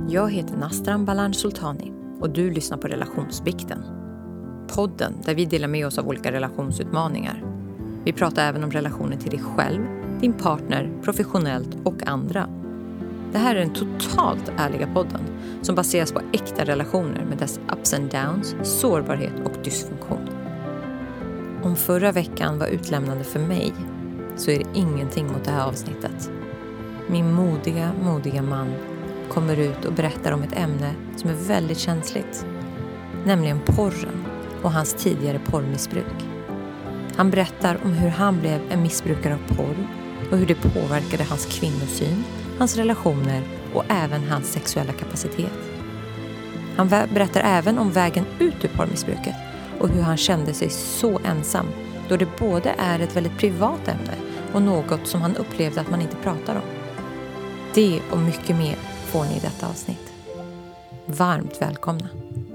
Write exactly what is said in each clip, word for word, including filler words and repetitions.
Jag heter Nastran Balan Sultani och du lyssnar på Relationsbikten. Podden där vi delar med oss av olika relationsutmaningar. Vi pratar även om relationer till dig själv, din partner, professionellt och andra. Det här är den totalt ärliga podden som baseras på äkta relationer med dess ups and downs, sårbarhet och dysfunktion. Om förra veckan var utlämnande för mig så är det ingenting mot det här avsnittet. Min modiga, modiga man kommer ut och berättar om ett ämne som är väldigt känsligt. Nämligen porren och hans tidigare porrmissbruk. Han berättar om hur han blev en missbrukare av porr och hur det påverkade hans kvinnosyn, hans relationer och även hans sexuella kapacitet. Han berättar även om vägen ut ur porrmissbruket och hur han kände sig så ensam då det både är ett väldigt privat ämne och något som han upplevde att man inte pratar om. Det och mycket mer får ni i detta avsnitt. Varmt välkomna.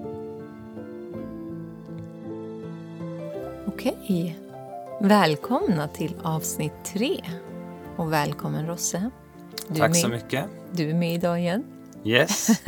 Okej, välkomna till avsnitt tre. Och välkommen Rosse. Du Tack med, så mycket. Du är med idag igen. Yes.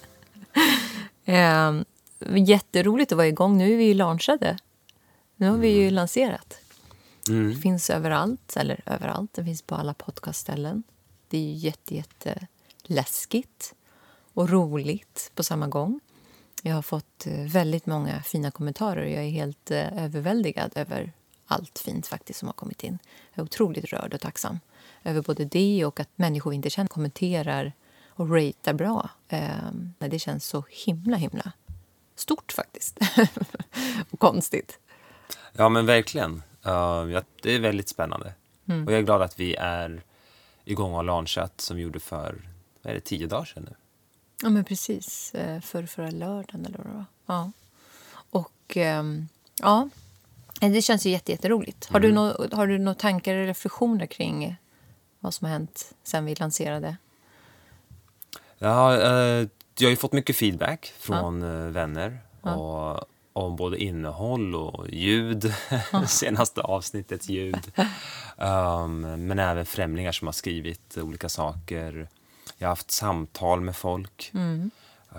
eh, jätteroligt att vara igång. Nu är vi ju launchade. Nu har vi ju lanserat. Mm. Det finns överallt, eller överallt. Det finns på alla podcastställen. Det är ju jätte, jätte läskigt och roligt på samma gång. Jag har fått väldigt många fina kommentarer. Jag är helt eh, överväldigad över allt fint faktiskt som har kommit in. Jag är otroligt rörd och tacksam över både det och att människor inte känner kommenterar och ratear bra. Eh, det känns så himla, himla stort faktiskt. Och konstigt. Ja, men verkligen. Uh, ja, det är väldigt spännande. Mm. Och jag är glad att vi är igång och har launchat som vi gjorde för, vad är det, tio dagar sedan nu? Ja, men precis. För förra lördagen eller vad det var. Ja. Och um, ja, det känns ju jätte, jätteroligt. Har, mm. du no- har du några tankar eller reflektioner kring vad som har hänt sen vi lanserade? Ja, uh, jag har ju fått mycket feedback från ja. vänner. Ja. Och om både innehåll och ljud. Ja. Senaste avsnittets ljud. Um, men även främlingar som har skrivit olika saker. Jag har haft samtal med folk. Mm.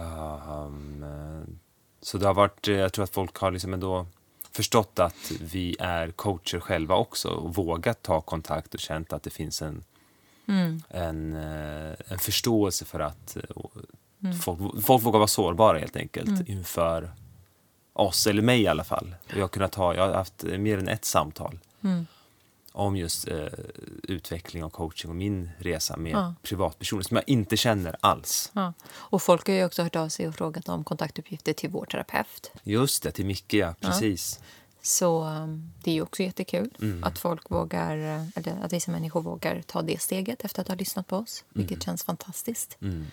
Um, så det har varit, jag tror att folk har liksom ändå förstått att vi är coacher själva också. Och vågat ta kontakt och känt att det finns en, mm. en, en förståelse för att mm. folk, folk vågar vara sårbara helt enkelt. Mm. Inför oss, eller mig i alla fall. Och jag, har kunnat ha, jag har haft mer än ett samtal. Mm. Om just eh, utveckling och coaching och min resa med ja. privatpersoner som jag inte känner alls. Ja. Och folk har ju också hört av sig och frågat om kontaktuppgifter till vår terapeut. Just det, till Micke, ja, precis. Ja. Så um, det är ju också jättekul mm. att folk vågar, eller att vissa människor vågar ta det steget efter att ha lyssnat på oss. Vilket mm. känns fantastiskt. Mm.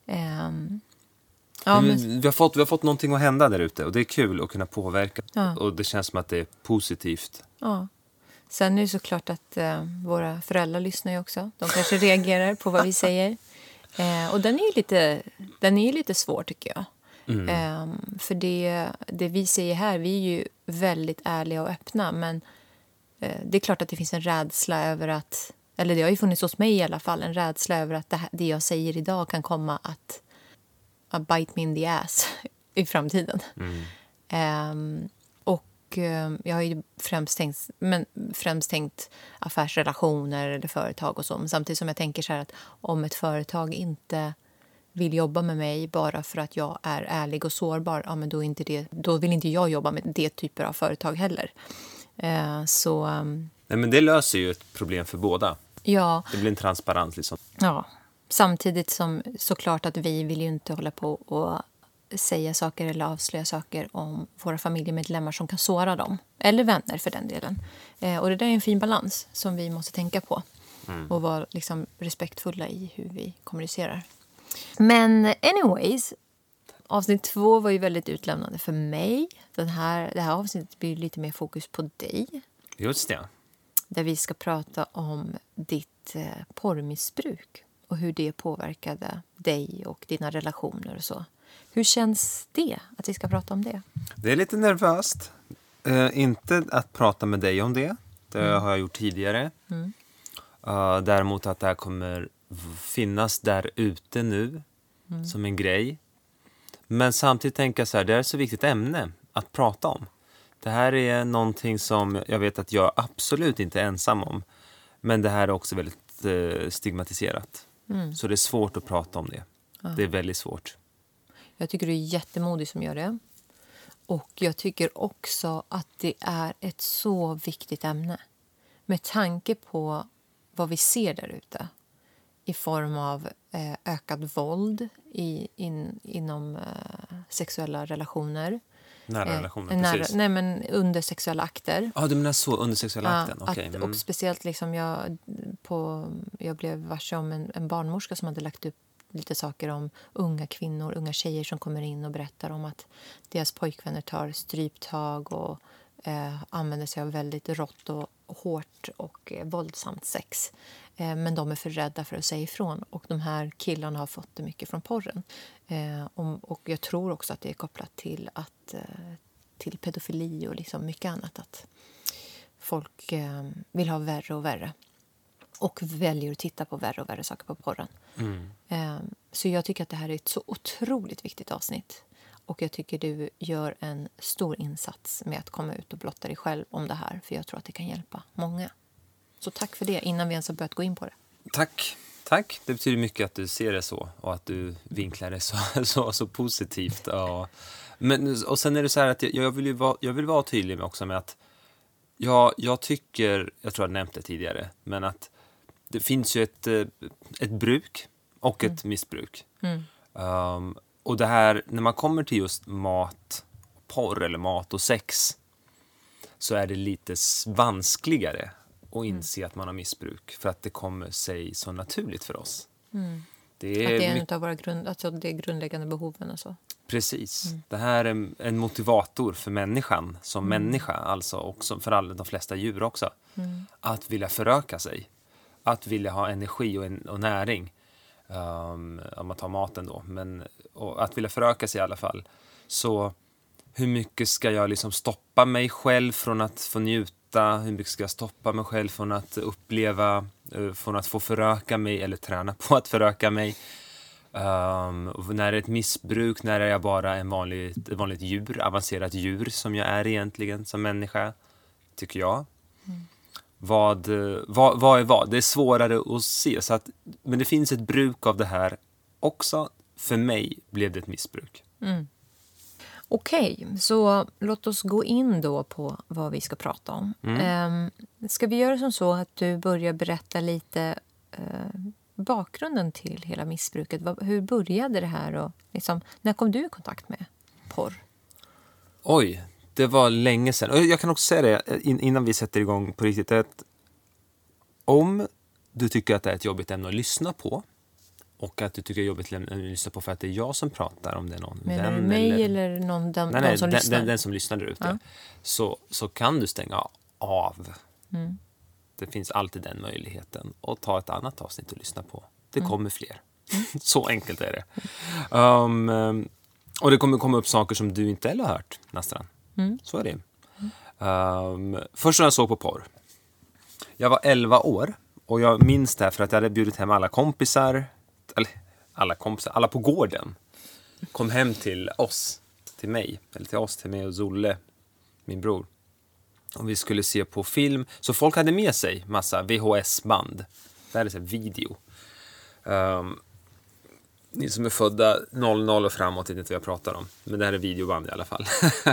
Um, ja, men... vi, har fått, vi har fått någonting att hända där ute och det är kul att kunna påverka. Ja. Och det känns som att det är positivt. Ja. Sen är det såklart att eh, våra föräldrar lyssnar ju också. De kanske reagerar på vad vi säger. Eh, och den är ju lite, den är ju lite svår tycker jag. Mm. Eh, för det, det vi säger här, vi är ju väldigt ärliga och öppna. Men eh, det är klart att det finns en rädsla över att, eller det har ju funnits hos mig i alla fall, en rädsla över att det, här, det jag säger idag kan komma att, att bite me in the ass i framtiden. Mm. Eh, Jag har ju främst tänkt, men främst tänkt affärsrelationer eller företag och så. Men samtidigt som jag tänker så här att om ett företag inte vill jobba med mig bara för att jag är ärlig och sårbar, ja, men då, är inte det, då vill inte jag jobba med det typer av företag heller. Eh, så, um, Nej, men det löser ju ett problem för båda. Ja. Det blir en transparens liksom. Ja, samtidigt som såklart att vi vill ju inte hålla på och säga saker eller avslöja saker om våra familjemedlemmar som kan såra dem. Eller vänner för den delen. Eh, och det där är en fin balans som vi måste tänka på. Mm. Och vara liksom respektfulla i hur vi kommunicerar. Men anyways, avsnitt två var ju väldigt utlämnande för mig. Den här, det här avsnittet blir lite mer fokus på dig. Just det. Där vi ska prata om ditt eh, porrmissbruk. Och hur det påverkade dig och dina relationer och så. Hur känns det att vi ska prata om det? Det är lite nervöst. Uh, inte att prata med dig om det. Det mm. har jag gjort tidigare. Mm. Uh, däremot att det här kommer finnas där ute nu. mm. som en grej. Men samtidigt tänka så här, det är ett så viktigt ämne att prata om. Det här är någonting som jag vet att jag absolut inte är ensam om. Men det här är också väldigt eh, stigmatiserat. Mm. Så det är svårt att prata om det. Ja. Det är väldigt svårt. Jag tycker du är jättemodig som gör det. Och jag tycker också att det är ett så viktigt ämne. Med tanke på vad vi ser där ute. I form av eh, ökad våld i, in, inom eh, sexuella relationer. Nära relationer, eh, nära, precis. Nej, men under sexuella akter. Ja, ah, du menar så, under sexuella ja, akten. Okay. Att, mm. Och speciellt liksom jag, på, jag blev varse om en, en barnmorska som hade lagt upp lite saker om unga kvinnor, unga tjejer som kommer in och berättar om att deras pojkvänner tar stryptag och eh, använder sig av väldigt rått och hårt och eh, våldsamt sex. Eh, men de är för rädda för att säga ifrån. Och de här killarna har fått det mycket från porren. Eh, och, och jag tror också att det är kopplat till, att, eh, till pedofili och liksom mycket annat. Att folk eh, vill ha värre och värre. Och väljer att titta på värre och värre saker på porren. Mm. Eh, så jag tycker att det här är ett så otroligt viktigt avsnitt. Och jag tycker du gör en stor insats med att komma ut och blotta dig själv om det här. För jag tror att det kan hjälpa många. Så tack för det innan vi ens har börjat gå in på det. Tack. Tack. Det betyder mycket att du ser det så. Och att du vinklar det så, så, så positivt. Ja. Men, och sen är det så här att jag, jag, vill, ju vara, jag vill vara tydlig med också med att jag, jag tycker, jag tror jag nämnt det tidigare, men att det finns ju ett, ett bruk och ett mm. missbruk. Mm. Um, och det här, när man kommer till just mat, porr eller mat och sex, så är det lite vanskligare att inse mm. att man har missbruk. För att det kommer sig så naturligt för oss. Mm. Det är, att det är en av våra grund, alltså det grundläggande behoven och så. Precis. Mm. Det här är en motivator för människan som mm. människa. Alltså också för alla, de flesta djur också. Mm. Att vilja föröka sig. Att vilja ha energi och, en, och näring. Um, om man tar maten då. Men, och att vilja föröka sig i alla fall. Så hur mycket ska jag liksom stoppa mig själv från att få njuta? Hur mycket ska jag stoppa mig själv från att uppleva? Uh, från att få föröka mig eller träna på att föröka mig? Um, när det är ett missbruk, när är jag bara en vanlig, ett vanligt djur, avancerat djur som jag är egentligen som människa, tycker jag. Mm. Vad, vad, vad är vad? Det är svårare att se. Så att, men det finns ett bruk av det här också. För mig blev det ett missbruk. Mm. Okej, så låt oss gå in då på vad vi ska prata om. Mm. Um, ska vi göra som så att du börjar berätta lite uh, bakgrunden till hela missbruket? Hur började det här? Och liksom, när kom du i kontakt med porr? Oj, det var länge sedan. Och jag kan också säga det innan vi sätter igång på riktigt. Att om du tycker att det är ett jobbigt ämne att lyssna på och att du tycker det är jobbigt att lyssna på för att det är jag som pratar, om det är någon men vän. Men mig eller, eller någon den, nej, nej, som den, lyssnar? Den, den som lyssnar där ute. Ja. Så, så kan du stänga av. Mm. Det finns alltid den möjligheten. Och ta ett annat avsnitt och lyssna på. Det mm. kommer fler. Mm. Så enkelt är det. Um, och det kommer komma upp saker som du inte heller har hört, nästan. Mm. Så är det. Um, först när jag såg på porr. Jag var elva år. Och jag minns det här för att jag hade bjudit hem alla kompisar. Eller alla kompisar. Alla på gården. Kom hem till oss. Till mig. Eller till oss. Till mig och Zolle. Min bror. Och vi skulle se på film. Så folk hade med sig massa V H S-band. Det här är så här video. Um, ni som är födda noll noll och framåt vet inte vad jag pratar om. Men det här är videoband i alla fall.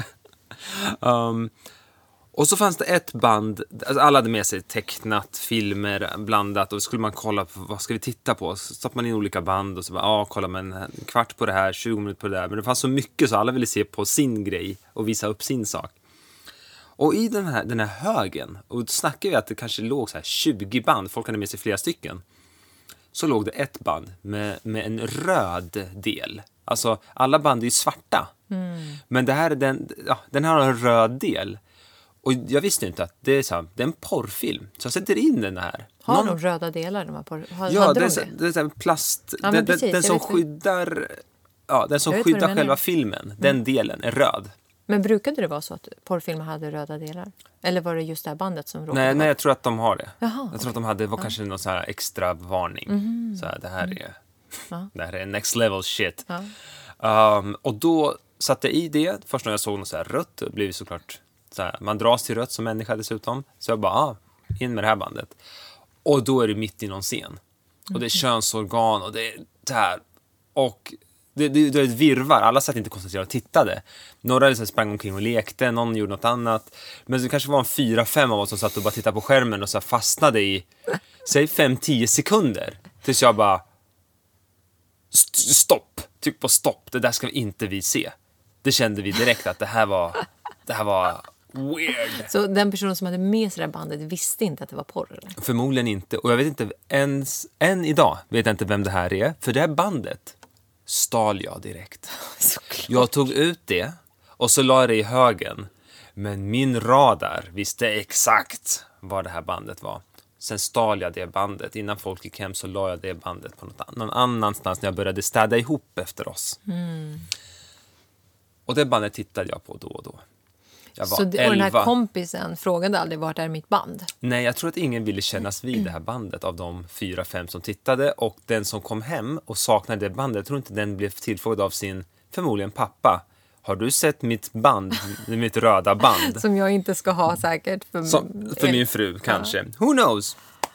um, och så fanns det ett band. Alltså alla hade med sig tecknat, filmer blandat. Och så skulle man kolla på, vad ska vi titta på? Så stoppade man in olika band. Och så bara, ja, kollar man en kvart på det här, tjugo minuter på det där. Men det fanns så mycket så alla ville se på sin grej. Och visa upp sin sak. Och i den här, den här högen, och då snackar vi att det kanske låg så här tjugo band, folk hade med sig flera stycken. Så låg det ett band med, med en röd del. Alltså alla band är ju svarta. Mm. Men det här är den, ja, den här har en röd del. Och jag visste inte att det är, så här, det är en porrfilm. Så jag sätter in den här. Har Någon... de röda delar? De har porr... har, ja, det är, så, det är så här plast. Ja, den, precis, den som skyddar, ja, den som skyddar själva filmen, mm. den delen är röd. Men brukade det vara så att porrfilmer hade röda delar? Eller var det just det här bandet som råkade? Nej, nej, jag tror att de har det. Jaha, jag tror okay. att de hade, det var ja. kanske någon så här extra varning. Mm. Så här, det här är Ja. Det här är next level shit. Ja. Um, och då satte jag i det. Först när jag såg något så här rött, det blev såklart så här, man dras till rött som människa dessutom. Så jag bara, ah, in med det här bandet. Och då är det mitt i någon scen. Och det är könsorgan och det är det här. Och det, det, det är ett virvar. Alla satt inte koncentrerade och tittade. Några liksom sprang omkring och lekte. Någon gjorde något annat. Men det kanske var en fyra, fem av oss som satt och bara tittade på skärmen och så fastnade i, säg fem, tio sekunder. Tills jag bara, st- stopp. Tryck på stopp. Det där ska vi inte vi se. Det kände vi direkt att det här var, det här var weird. Så den personen som hade med sig det här bandet visste inte att det var porr, eller? Förmodligen inte. Och jag vet inte ens, än idag vet jag inte vem det här är. För det här bandet stal jag direkt. Såklart. Jag tog ut det och så la jag det i högen. Men min radar visste exakt vad det här bandet var. Sen stal jag det bandet. Innan folk gick hem så la jag det bandet på något någon annanstans när jag började städa ihop efter oss. Mm. Och det bandet tittade jag på då och då. Jag var Så det, och den här elva. kompisen frågade aldrig vart är mitt band? Nej, jag tror att ingen ville kännas vid det här bandet av de fyra, fem som tittade. Och den som kom hem och saknade det bandet, jag tror inte den blev tillfrågad av sin, förmodligen pappa. Har du sett mitt band, mitt röda band? Som jag inte ska ha säkert. För, Som, för min fru, kanske. Who knows?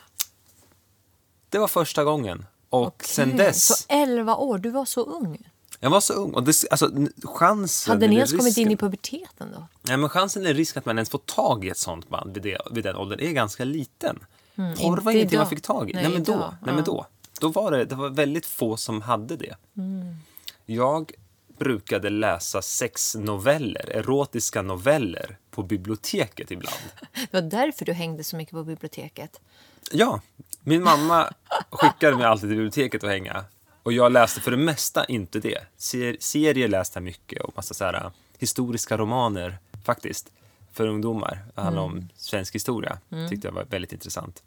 Det var första gången. Och Okej, sen dess... Så elva år, du var så ung. Jag var så ung. Och det, alltså, chansen... Hade ni eller ens kommit risken, in i puberteten då? Nej, men chansen eller risk att man ens får tag i ett sånt band vid, det, vid den åldern är ganska liten. Mm, Porr var inte ingenting idag. man fick tag i. Nej, Nej, men då. idag. Nej, men då. Då var det, det var väldigt få som hade det. Mm. Jag brukade läsa sexnoveller, erotiska noveller på biblioteket ibland. Det var därför du hängde så mycket på biblioteket. Ja, min mamma skickade mig alltid till biblioteket att hänga. Och jag läste för det mesta inte det. Ser, serier läste jag mycket och massa så här, historiska romaner faktiskt. För ungdomar. Det handlar mm. om svensk historia. Mm. Tyckte jag var väldigt intressant.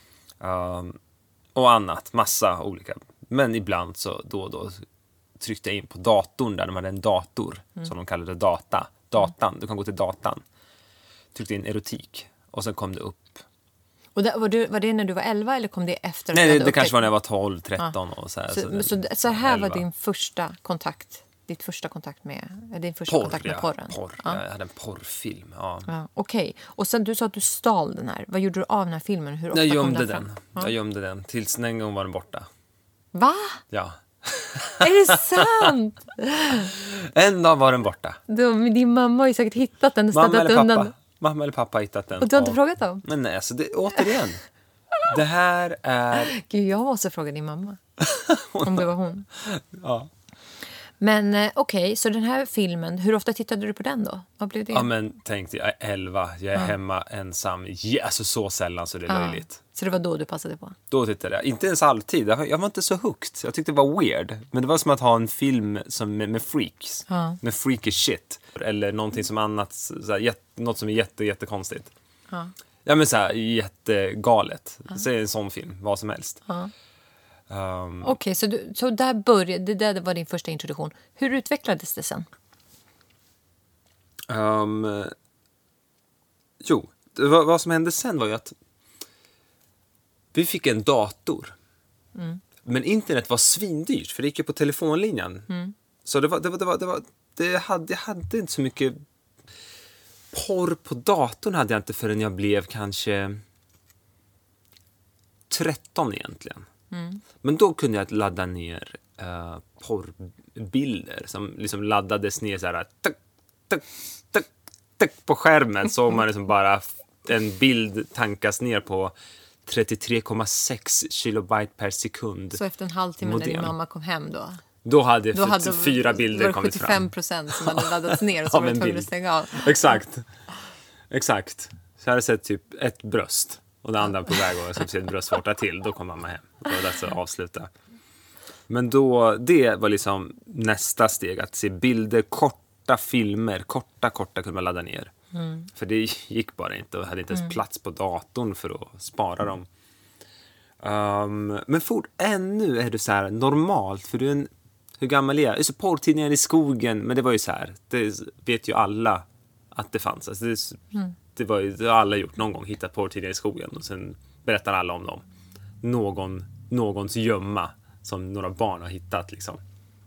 Um, och annat, massa olika. Men ibland så då och då tryckte jag in på datorn där de hade en dator mm. som de kallade data. Datan, du kan gå till datan. Tryckte in erotik och sen kom det upp. Och det, var, du, var det när du var elva eller kom det efter? Att Nej, du det, det kanske var när jag var tolv, tretton ja. och så här. Så, så, så, så här var din första kontakt, ditt första kontakt med, din första porr, kontakt med ja, porren? Porr, ja. Jag hade en porrfilm, ja. ja Okej, okay. Och sen du sa att du stal den här. Vad gjorde du av den här filmen? Hur ofta jag kom gömde den fram? den. Ja. Jag gömde den. Tills en gång var den borta. Va? Ja. Är det sant? En dag var den borta. Du, din mamma har ju säkert hittat den och Mamma städat eller undan. pappa. Mamma eller pappa har hittat den. Och du har inte ja. frågat dem? Men nej, alltså det, återigen. Det här är... Gud, jag måste fråga din mamma. Om det var hon. Ja. Men eh, okej, okay, så den här filmen, hur ofta tittade du på den då? Vad blev det? Ja, men tänkte jag är elva, jag är ja. hemma ensam. Ja, alltså så sällan så det är ja. löjligt. Så det var då du passade på? Då tittade jag. Inte ens alltid. Jag var inte så hooked. Jag tyckte det var weird. Men det var som att ha en film som med, med freaks. Ja. Med freaky shit. Eller någonting som annat. Så här, jätt, något som är jätte, jättekonstigt. Ja. Ja, men så här, jättegalet. Ja. Så är en sån film, vad som helst. Ja. Um, Okej, okay, så, du, så där började, det där var din första introduktion. Hur utvecklades det sen? Um, jo, det, vad, vad som hände sen var ju att vi fick en dator. Mm. Men internet var svindyrt, för det gick ju på telefonlinjen. Mm. Så det var, det var, det var, det var det hade, jag hade inte så mycket porr på datorn hade jag inte förrän jag blev kanske tretton egentligen. Mm. Men då kunde jag ladda ner uh, porrbilder som liksom laddades ner så här tuck, tuck, tuck, tuck, på skärmen, så man liksom bara en bild tankas ner på trettiotre komma sex kilobyte per sekund. Så efter en halvtimme modem. När din mamma kom hem då? Då hade, då hade fyra bilder kommit fram. sjuttiofem procent som hade laddats ner och så var det tvungen att stänga av. Exakt. Exakt. Så jag hade sett typ ett bröst och det andra på väg och så ser ett bröstvårta till. Då kom mamma hem. Då var det dags att avsluta. Men då, det var liksom nästa steg. Att se bilder, korta filmer. Korta, korta kunde man ladda ner. Mm. För det gick bara inte och hade inte ens mm. plats på datorn för att spara dem. Um, men fort, ännu är det så här normalt. För du är en, hur gammal är jag? Så porrtidningar i skogen. Men det var ju så här. Det vet ju alla att det fanns. Alltså det, mm. det var ju, det har alla gjort någon gång. Hittat porrtidningar i skogen. Och sen berättar alla om dem. Någon, någons gömma. som några barn har hittat liksom.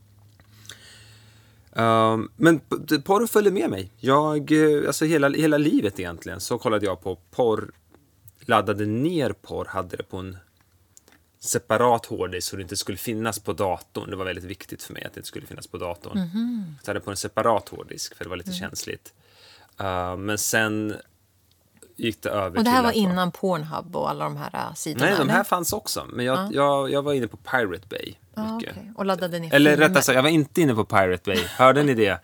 Um, men porr följde med mig. Jag, alltså hela, hela livet egentligen så kollade jag på porr, laddade ner porr, hade det på en separat hårddisk så det inte skulle finnas på datorn. Det var väldigt viktigt för mig att det inte skulle finnas på datorn. Mm-hmm. Så jag hade på en separat hårddisk för det var lite mm. känsligt. Uh, men sen gick det över till... Och det här var innan Pornhub och alla de här sidorna? Nej, de här fanns också. Men jag, ah. jag, jag var inne på Pirate Bay. Ah, okay. Och laddade ner Eller filmer. rättare sagt, jag var inte inne på Pirate Bay. Hörde ni det?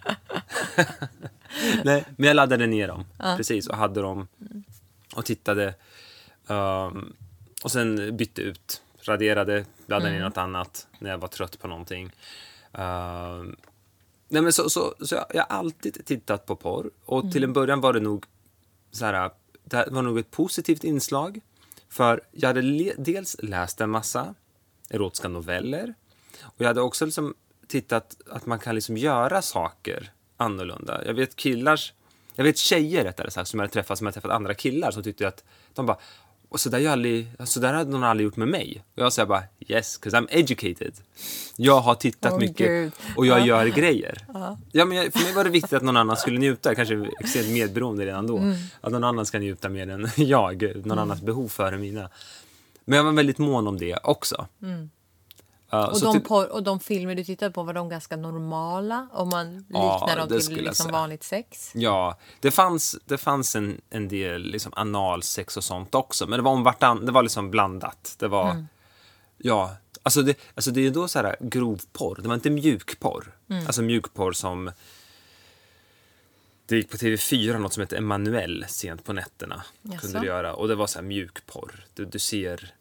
Nej, men jag laddade ner dem. Ah. Precis, och hade dem. Och tittade. Um, och sen bytte ut. Raderade, laddade mm. ner något annat när jag var trött på någonting. Um, nej, men så, så, så jag, jag har alltid tittat på porr. Och mm. till en början var det nog så här, det var nog ett positivt inslag. För jag hade le- dels läst en massa erotiska noveller. Och jag hade också liksom tittat att man kan liksom göra saker annorlunda. Jag vet killars, jag vet tjejer rättare sagt som jag hade träffat, som hade träffat andra killar som tyckte att de bara, och så där, jag aldrig, så där hade någon aldrig gjort med mig. Och jag säger bara, yes, because I'm educated. Jag har tittat oh, mycket Gud. och jag uh. gör grejer. Uh. Ja, men jag, för mig var det viktigt att någon annan skulle njuta. Kanske extremt medberoende redan då. Mm. Att någon annan ska njuta mer än jag. Någon mm. annans behov före mina. Men jag var väldigt mån om det också. Mm. Uh, och, de typ, por- och de filmer du tittade på, var de ganska normala? Om man liknar ja, dem till liksom vanligt sex? Ja, det fanns, det fanns en, en del liksom analsex och sånt också. Men det var om vartan, det var liksom blandat. Det var, mm. ja, alltså det, alltså det är då så här grovporr. Det var inte mjukporr. Mm. Alltså mjukporr som... Det gick på T V fyra något som heter Emanuel sent på nätterna. Jaså? Kunde du göra. Och det var så här mjukporr. Du, du ser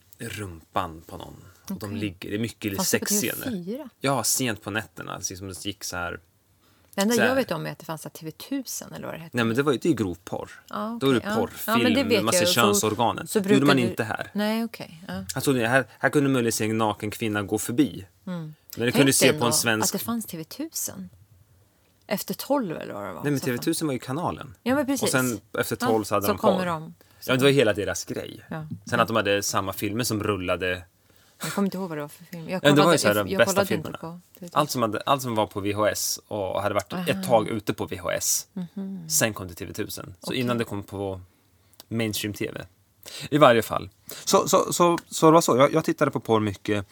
rumpan på någon. Och okay. de ligger, det är mycket sexscener. Ja, sent på nätterna. Liksom det gick så här. Det enda jag vet om är att det fanns T V tusen eller vad det hette. Nej, men det var ju det är grovporr. Ah, okay. Då är det porrfilm, ja, man ser könsorganen. Så, så det gjorde man du... inte här. Nej, okej. Okay. Ja. Alltså, här, här kunde möjligen se en naken kvinna gå förbi. Mm. Men det kunde se på en svensk... att det fanns T V tusen. Efter tolv eller vad det var. Nej, men T V tusen var ju kanalen. Ja, men precis. Och sen efter tolv ja, så hade så de kvar. De. Ja, det var hela deras grej. Ja. Sen att de hade samma filmer som rullade... Jag kommer inte ihåg vad det var för film. Jag kollade, ja, det var ju så här jag, de jag bästa filmerna. På, allt, som hade, allt som var på V H S och hade varit Aha. ett tag ute på V H S. Mm-hmm. Sen kom det T V tusen. Så okay. innan det kom på mainstream T V. I varje fall. Så, så, så, så det var så. Jag, jag tittade på porr mycket.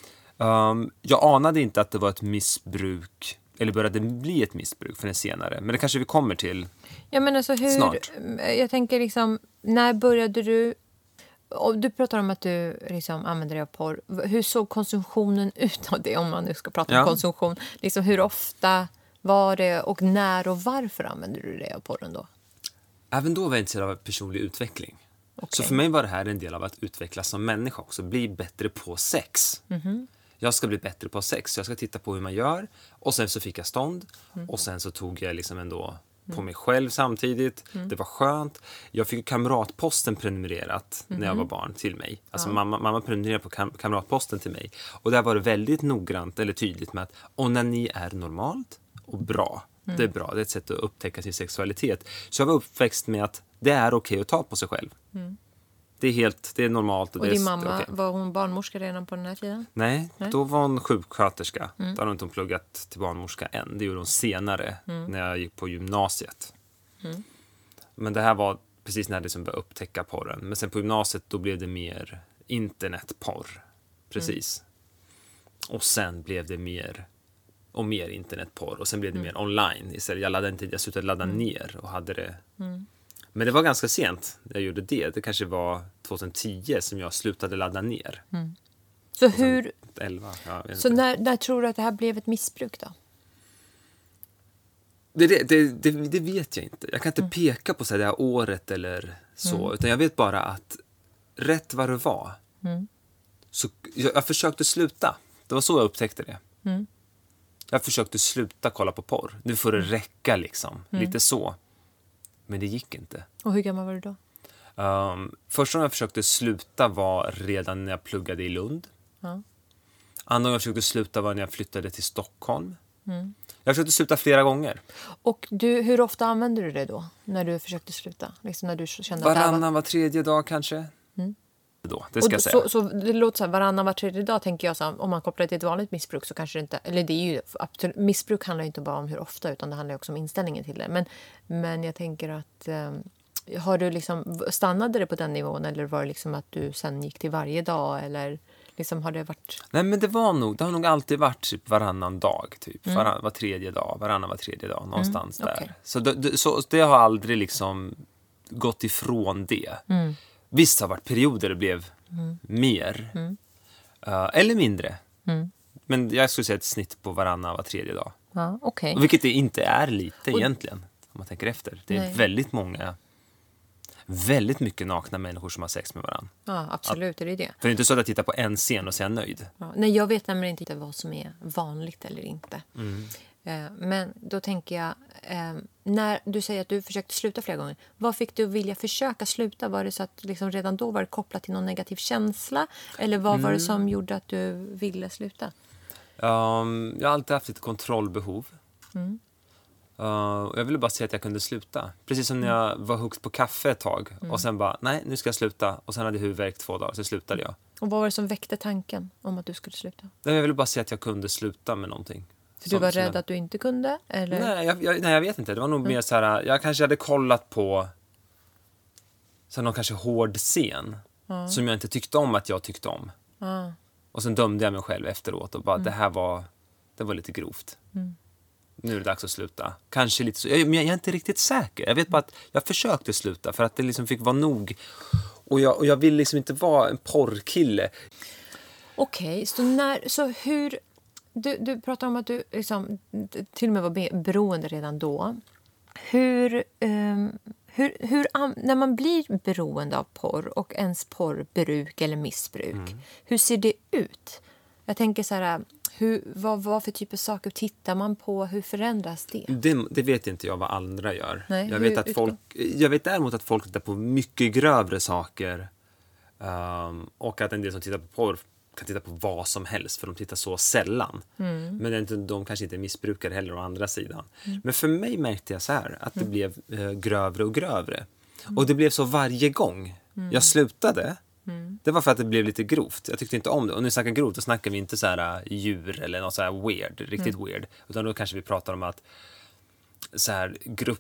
Um, jag anade inte att det var ett missbruk. Eller började bli ett missbruk för den senare. Men det kanske vi kommer till ja, men alltså hur, snart. Jag tänker liksom, när började du... Och du pratar om att du liksom använder dig av porr. Hur såg konsumtionen ut av det, om man nu ska prata ja. om konsumtion? Liksom, hur ofta var det och när och varför använder du dig av porren då? Även då var jag intresserad av personlig utveckling. Okay. Så för mig var det här en del av att utvecklas som människa också. Bli bättre på sex. Mm-hmm. Jag ska bli bättre på sex. Så jag ska titta på hur man gör. Och sen så fick jag stånd. Mm. Och sen så tog jag liksom ändå... på mig själv samtidigt. Mm. Det var skönt. Jag fick kamratposten prenumererat mm. när jag var barn till mig. Alltså ja. mamma, mamma prenumererade på kam- kamratposten till mig. Och där var det väldigt noggrant eller tydligt med att onani är normalt och bra. Mm. Det är bra. Det är ett sätt att upptäcka sin sexualitet. Så jag var uppväxt med att det är okej att ta på sig själv. Mm. Det är helt, det är normalt. Och, och det din är, mamma, okay. var hon barnmorska redan på den här tiden? Nej, Nej. då var hon sjuksköterska. Mm. Då hade hon inte pluggat till barnmorska än. Det gjorde hon senare mm. när jag gick på gymnasiet. Mm. Men det här var precis när det liksom började upptäcka porren. Men sen på gymnasiet då blev det mer internetporr. Precis. Mm. Och sen blev det mer och mer internetporr. Och sen blev det mm. mer online istället. Jag, laddade inte, jag slutade ladda mm. ner och hade det... Mm. Men det var ganska sent jag gjorde det. Det kanske var tjugohundratio som jag slutade ladda ner. Mm. Så hur... elva, ja, så när, när tror du att det här blev ett missbruk då? Det, det, det, det, det vet jag inte. Jag kan inte mm. peka på så här, det här året eller så. Mm. Utan jag vet bara att rätt vad det var. Mm. Så jag, jag försökte sluta. Det var så jag upptäckte det. Mm. Jag försökte sluta kolla på porr. Nu får det räcka liksom. Mm. Lite så. Men det gick inte. Och hur gammal var du då? Um, första gången jag försökte sluta var redan när jag pluggade i Lund. Ja. Andra gången jag försökte sluta var när jag flyttade till Stockholm. Mm. Jag försökte sluta flera gånger. Och du, hur ofta använde du det då? När du försökte sluta? Liksom när du kände Varannan, att var... var tredje dag kanske. Mm. då, det ska och jag säga. Så, så det låter så här, varannan var tredje dag tänker jag så här, om man kopplar det till ett vanligt missbruk så kanske det inte, eller det är ju, absolut, missbruk handlar ju inte bara om hur ofta utan det handlar också om inställningen till det. Men, men jag tänker att eh, har du liksom, stannade det på den nivån eller var det liksom att du sen gick till varje dag eller liksom har det varit? Nej, men det var nog, det har nog alltid varit typ varannan dag typ, mm. varann, var tredje dag, varannan var tredje dag, någonstans mm, okay. där. Så det, det, så det har aldrig liksom gått ifrån det. Mm. Visst har varit perioder det blev mm. mer mm. Uh, eller mindre. Mm. Men jag skulle säga ett snitt på varannan var tredje dag. Ja, okay. Vilket det inte är lite och, egentligen, om man tänker efter. Det är nej. väldigt många, väldigt mycket nakna människor som har sex med varandra. Ja, absolut, är det det. För det är inte så att jag tittar på en scen och säger nöjd. Ja, nej, jag vet nämligen inte vad som är vanligt eller inte. Mm. Eh, men då tänker jag, eh, när du säger att du försökte sluta flera gånger, vad fick du att vilja försöka sluta? Var det så att liksom redan då var det kopplat till någon negativ känsla? Eller vad mm. var det som gjorde att du ville sluta? Um, jag har alltid haft ett kontrollbehov. Mm. Uh, jag ville bara säga att jag kunde sluta. Precis som när jag var hooked på kaffe ett tag. Mm. Och sen bara, nej nu ska jag sluta. Och sen hade jag huvudvärk två dagar, så slutade jag. Och vad var det som väckte tanken om att du skulle sluta? Jag ville bara säga att jag kunde sluta med någonting. För du var rädd jag... att du inte kunde? Eller? Nej, jag, jag, nej, jag vet inte. Det var nog mm. mer så här, jag kanske hade kollat på så här, någon kanske hård scen. Mm. Som jag inte tyckte om att jag tyckte om. Mm. Och sen dömde jag mig själv efteråt och bara, mm. det här var, det var lite grovt. Mm. Nu är det dags att sluta. Kanske lite så. Jag, men jag är inte riktigt säker. Jag vet bara att jag försökte sluta för att det liksom fick vara nog. Och jag, och jag vill liksom inte vara en porrkille. Okej, okay, så, när, så hur... Du, du pratar om att du liksom, till och med var beroende redan då. Hur, um, hur, hur, när man blir beroende av porr och ens porrbruk eller missbruk, mm. hur ser det ut? Jag tänker så här, hur, vad, vad för typ av saker tittar man på? Hur förändras det? Det, det vet inte jag vad andra gör. Nej, jag, hur, vet att folk, jag vet däremot att folk tittar på mycket grövre saker. Um, och att en del som tittar på porr kan titta på vad som helst, för de tittar så sällan. Mm. Men inte, de kanske inte är missbrukare heller å andra sidan. Mm. Men för mig märkte jag så här, att det mm. blev eh, grövre och grövre. Mm. Och det blev så varje gång mm. jag slutade. Mm. Det var för att det blev lite grovt. Jag tyckte inte om det. Och nu snackar grovt, då snackar vi inte så här djur eller något så här weird, riktigt mm. weird. Utan då kanske vi pratar om att så här grupp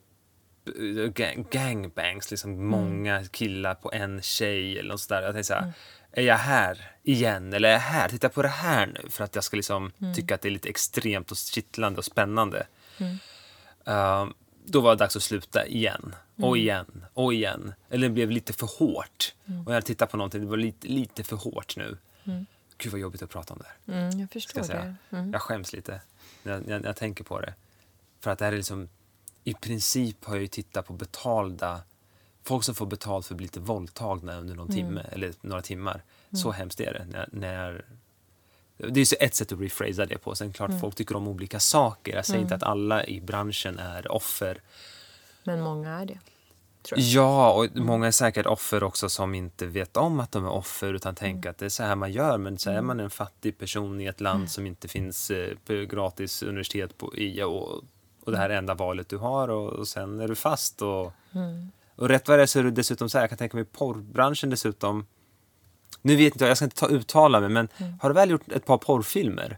gang, gangbangs, liksom mm. många killar på en tjej eller något sådär. Jag tänkte så här, mm. är jag här igen? Eller är jag här? Titta på det här nu. För att jag ska liksom mm. tycka att det är lite extremt och kittlande och spännande. Mm. Uh, då var det dags att sluta igen. Mm. Och igen. Och igen. Eller det blev lite för hårt. Mm. Och jag tittade på någonting. Det var lite, lite för hårt nu. Mm. Gud vad jobbigt att prata om det här. Mm, jag förstår jag det. Mm. Jag skäms lite när jag, när jag tänker på det. För att det här är liksom... I princip har jag ju tittat på betalda... Folk som får betalt för att bli lite våldtagna under någon mm. timme eller några timmar. Mm. Så hemskt är det. När, när, det är så ett sätt att rephrasa det på. Sen klart mm. folk tycker om olika saker. Jag säger mm. inte att alla i branschen är offer. Men många är det, tror jag. Ja, och mm. många är säkert offer också som inte vet om att de är offer. Utan tänker mm. att det är så här man gör. Men så är man en fattig person i ett land mm. som inte finns eh, på gratis universitet på I A. Och, och det här är enda valet du har. Och, och sen är du fast och... Mm. Och rätt vad det är så är det dessutom så här, jag kan tänka mig porrbranschen dessutom. Nu vet inte jag, jag ska inte ta uttala mig, men mm. har du väl gjort ett par porrfilmer?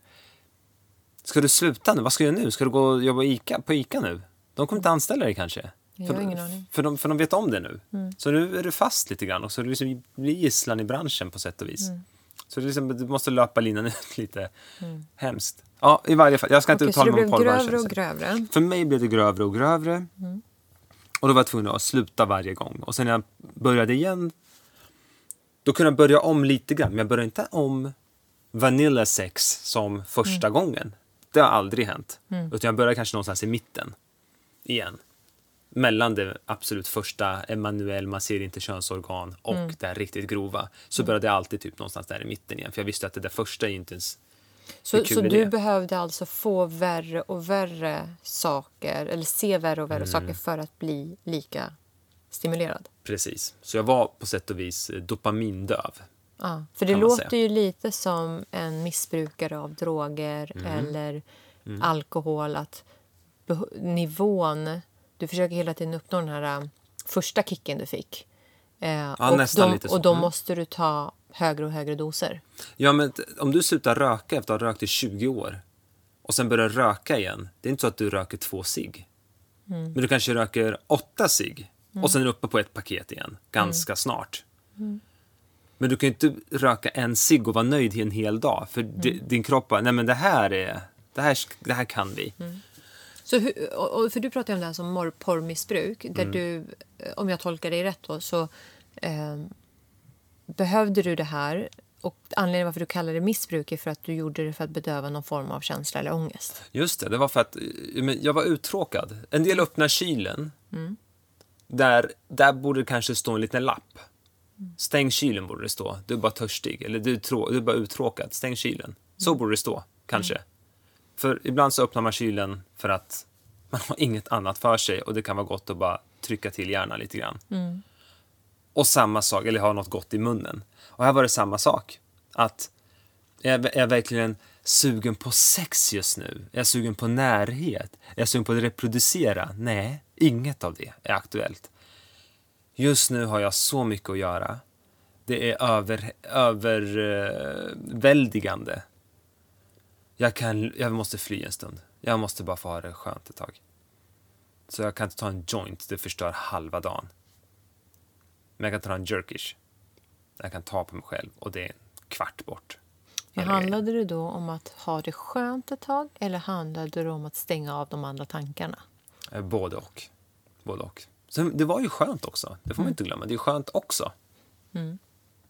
Ska du sluta nu? Vad ska du göra nu? Ska du gå och jobba Ica, på Ica nu? De kommer inte anställa dig kanske. Jag har ingen aning. För de, för de vet om det nu. Mm. Så nu är du fast lite grann och så du liksom blir gisslan i branschen på sätt och vis. Mm. Så det liksom, du måste löpa linan ut lite. Mm. Hemskt. Ja, i varje fall. Jag ska inte okay, uttala mig om porrbranschen. Så det blev grövre och grövre? För mig blev det grövre och grövre. Mm. Och då var jag tvungen att sluta varje gång. Och sen när jag började igen, då kunde jag börja om lite grann. Men jag började inte om vanilla sex som första mm. gången. Det har aldrig hänt. Mm. Utan jag började kanske någonstans i mitten igen. Mellan det absolut första, Emanuel, man ser inte könsorgan, och mm. det här riktigt grova. Så började jag alltid typ någonstans där i mitten igen. För jag visste att det där första är inte ens... Så, så du behövde alltså få värre och värre saker, eller se värre och värre mm. saker för att bli lika stimulerad? Precis. Så jag var på sätt och vis dopamindöv. Ja, för det låter säga. ju lite som en missbrukare av droger mm. eller mm. alkohol. Att nivån, du försöker hela tiden uppnå den här första kicken du fick. Eh, ja, och nästan de, lite så. Och då mm. måste du ta högre och högre doser. Ja, men om du slutar röka efter att ha rökt i tjugo år och sen börjar röka igen, det är inte så att du röker två cigg. Mm. Men du kanske röker åtta cigg mm. och sen är du uppe på ett paket igen, ganska mm. snart. Mm. Men du kan ju inte röka en cigg och vara nöjd i en hel dag. För mm. di, din kropp bara, nej men det här är, det här, det här kan vi. Mm. Så hur, och för du pratar om det här som porrmissbruk, där mm. du, om jag tolkar dig rätt då, så eh, behövde du det här, och anledningen varför du kallar det missbruk är för att du gjorde det för att bedöva någon form av känsla eller ångest. Just det, det var för att jag var uttråkad. En del öppnar kylen, mm. där, där borde det kanske stå en liten lapp. Stäng kylen borde det stå. Du är bara törstig. Eller du är, trå- du är bara uttråkad. Stäng kylen. Så borde det stå, kanske. Mm. För ibland så öppnar man kylen för att man har inget annat för sig. Och det kan vara gott att bara trycka till hjärnan lite grann. Mm. Och samma sak, eller ha något gott i munnen. Och här var det samma sak. Att är jag, är verkligen sugen på sex just nu? Är jag sugen på närhet? Är jag sugen på att reproducera? Nej, inget av det är aktuellt. Just nu har jag så mycket att göra. Det är över, överväldigande. Jag, kan, jag måste fly en stund. Jag måste bara få ha det skönt ett tag. Så jag kan inte ta en joint. Det förstör halva dagen. Men jag kan ta en jerkish. Jag kan ta på mig själv. Och det är en kvart bort. Men handlade det då om att ha det skönt ett tag? Eller handlade det om att stänga av de andra tankarna? Både och. Både och. Så det var ju skönt också. Det får man mm. inte glömma. Det är skönt också. Mm.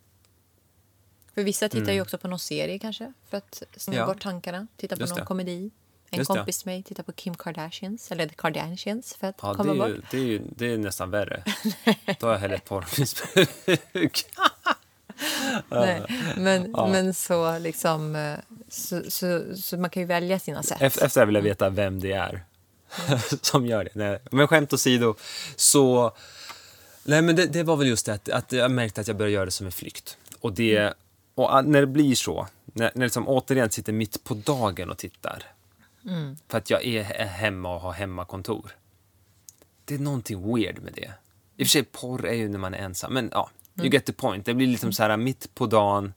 För vissa tittar mm. ju också på någon serie kanske. För att stänga ja. bort tankarna. Titta på Just någon det. komedi. En Just kompis till mig tittar på Kim Kardashians. Eller The Kardashians. För att ja, komma det är, ju, bort. Det är ju det är nästan värre. Då har jag hellre ett porrmissbruk. Nej, men, ja. men så liksom så, så, så man kan ju välja sina sätt. Efter, efter jag vill veta vem det är mm. som gör det. Nej, men skämt åsido så nej, men det, det var väl just det att, att jag märkte att jag började göra det som en flykt. Och det mm. och när det blir så, när, när liksom återigen sitter mitt på dagen och tittar. Mm. För att jag är hemma och har hemmakontor. Det är någonting weird med det. I och för sig porr är ju när man är ensam, men ja. You get the point. Det blir liksom så här mitt på dagen.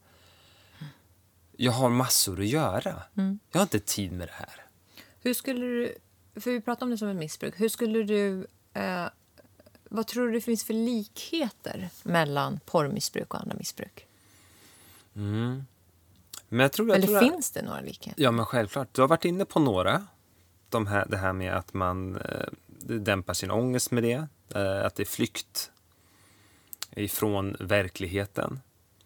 Jag har massor att göra. Mm. Jag har inte tid med det här. Hur skulle du, för vi pratar om det som ett missbruk. Hur skulle du, eh, vad tror du det finns för likheter mellan porrmissbruk och andra missbruk? Mm. Men jag tror, jag Eller tror finns jag, det några likheter? Ja, men självklart. Du har varit inne på några. De här, det här med att man eh, dämpar sin ångest med det. Eh, att det är flykt ifrån verkligheten.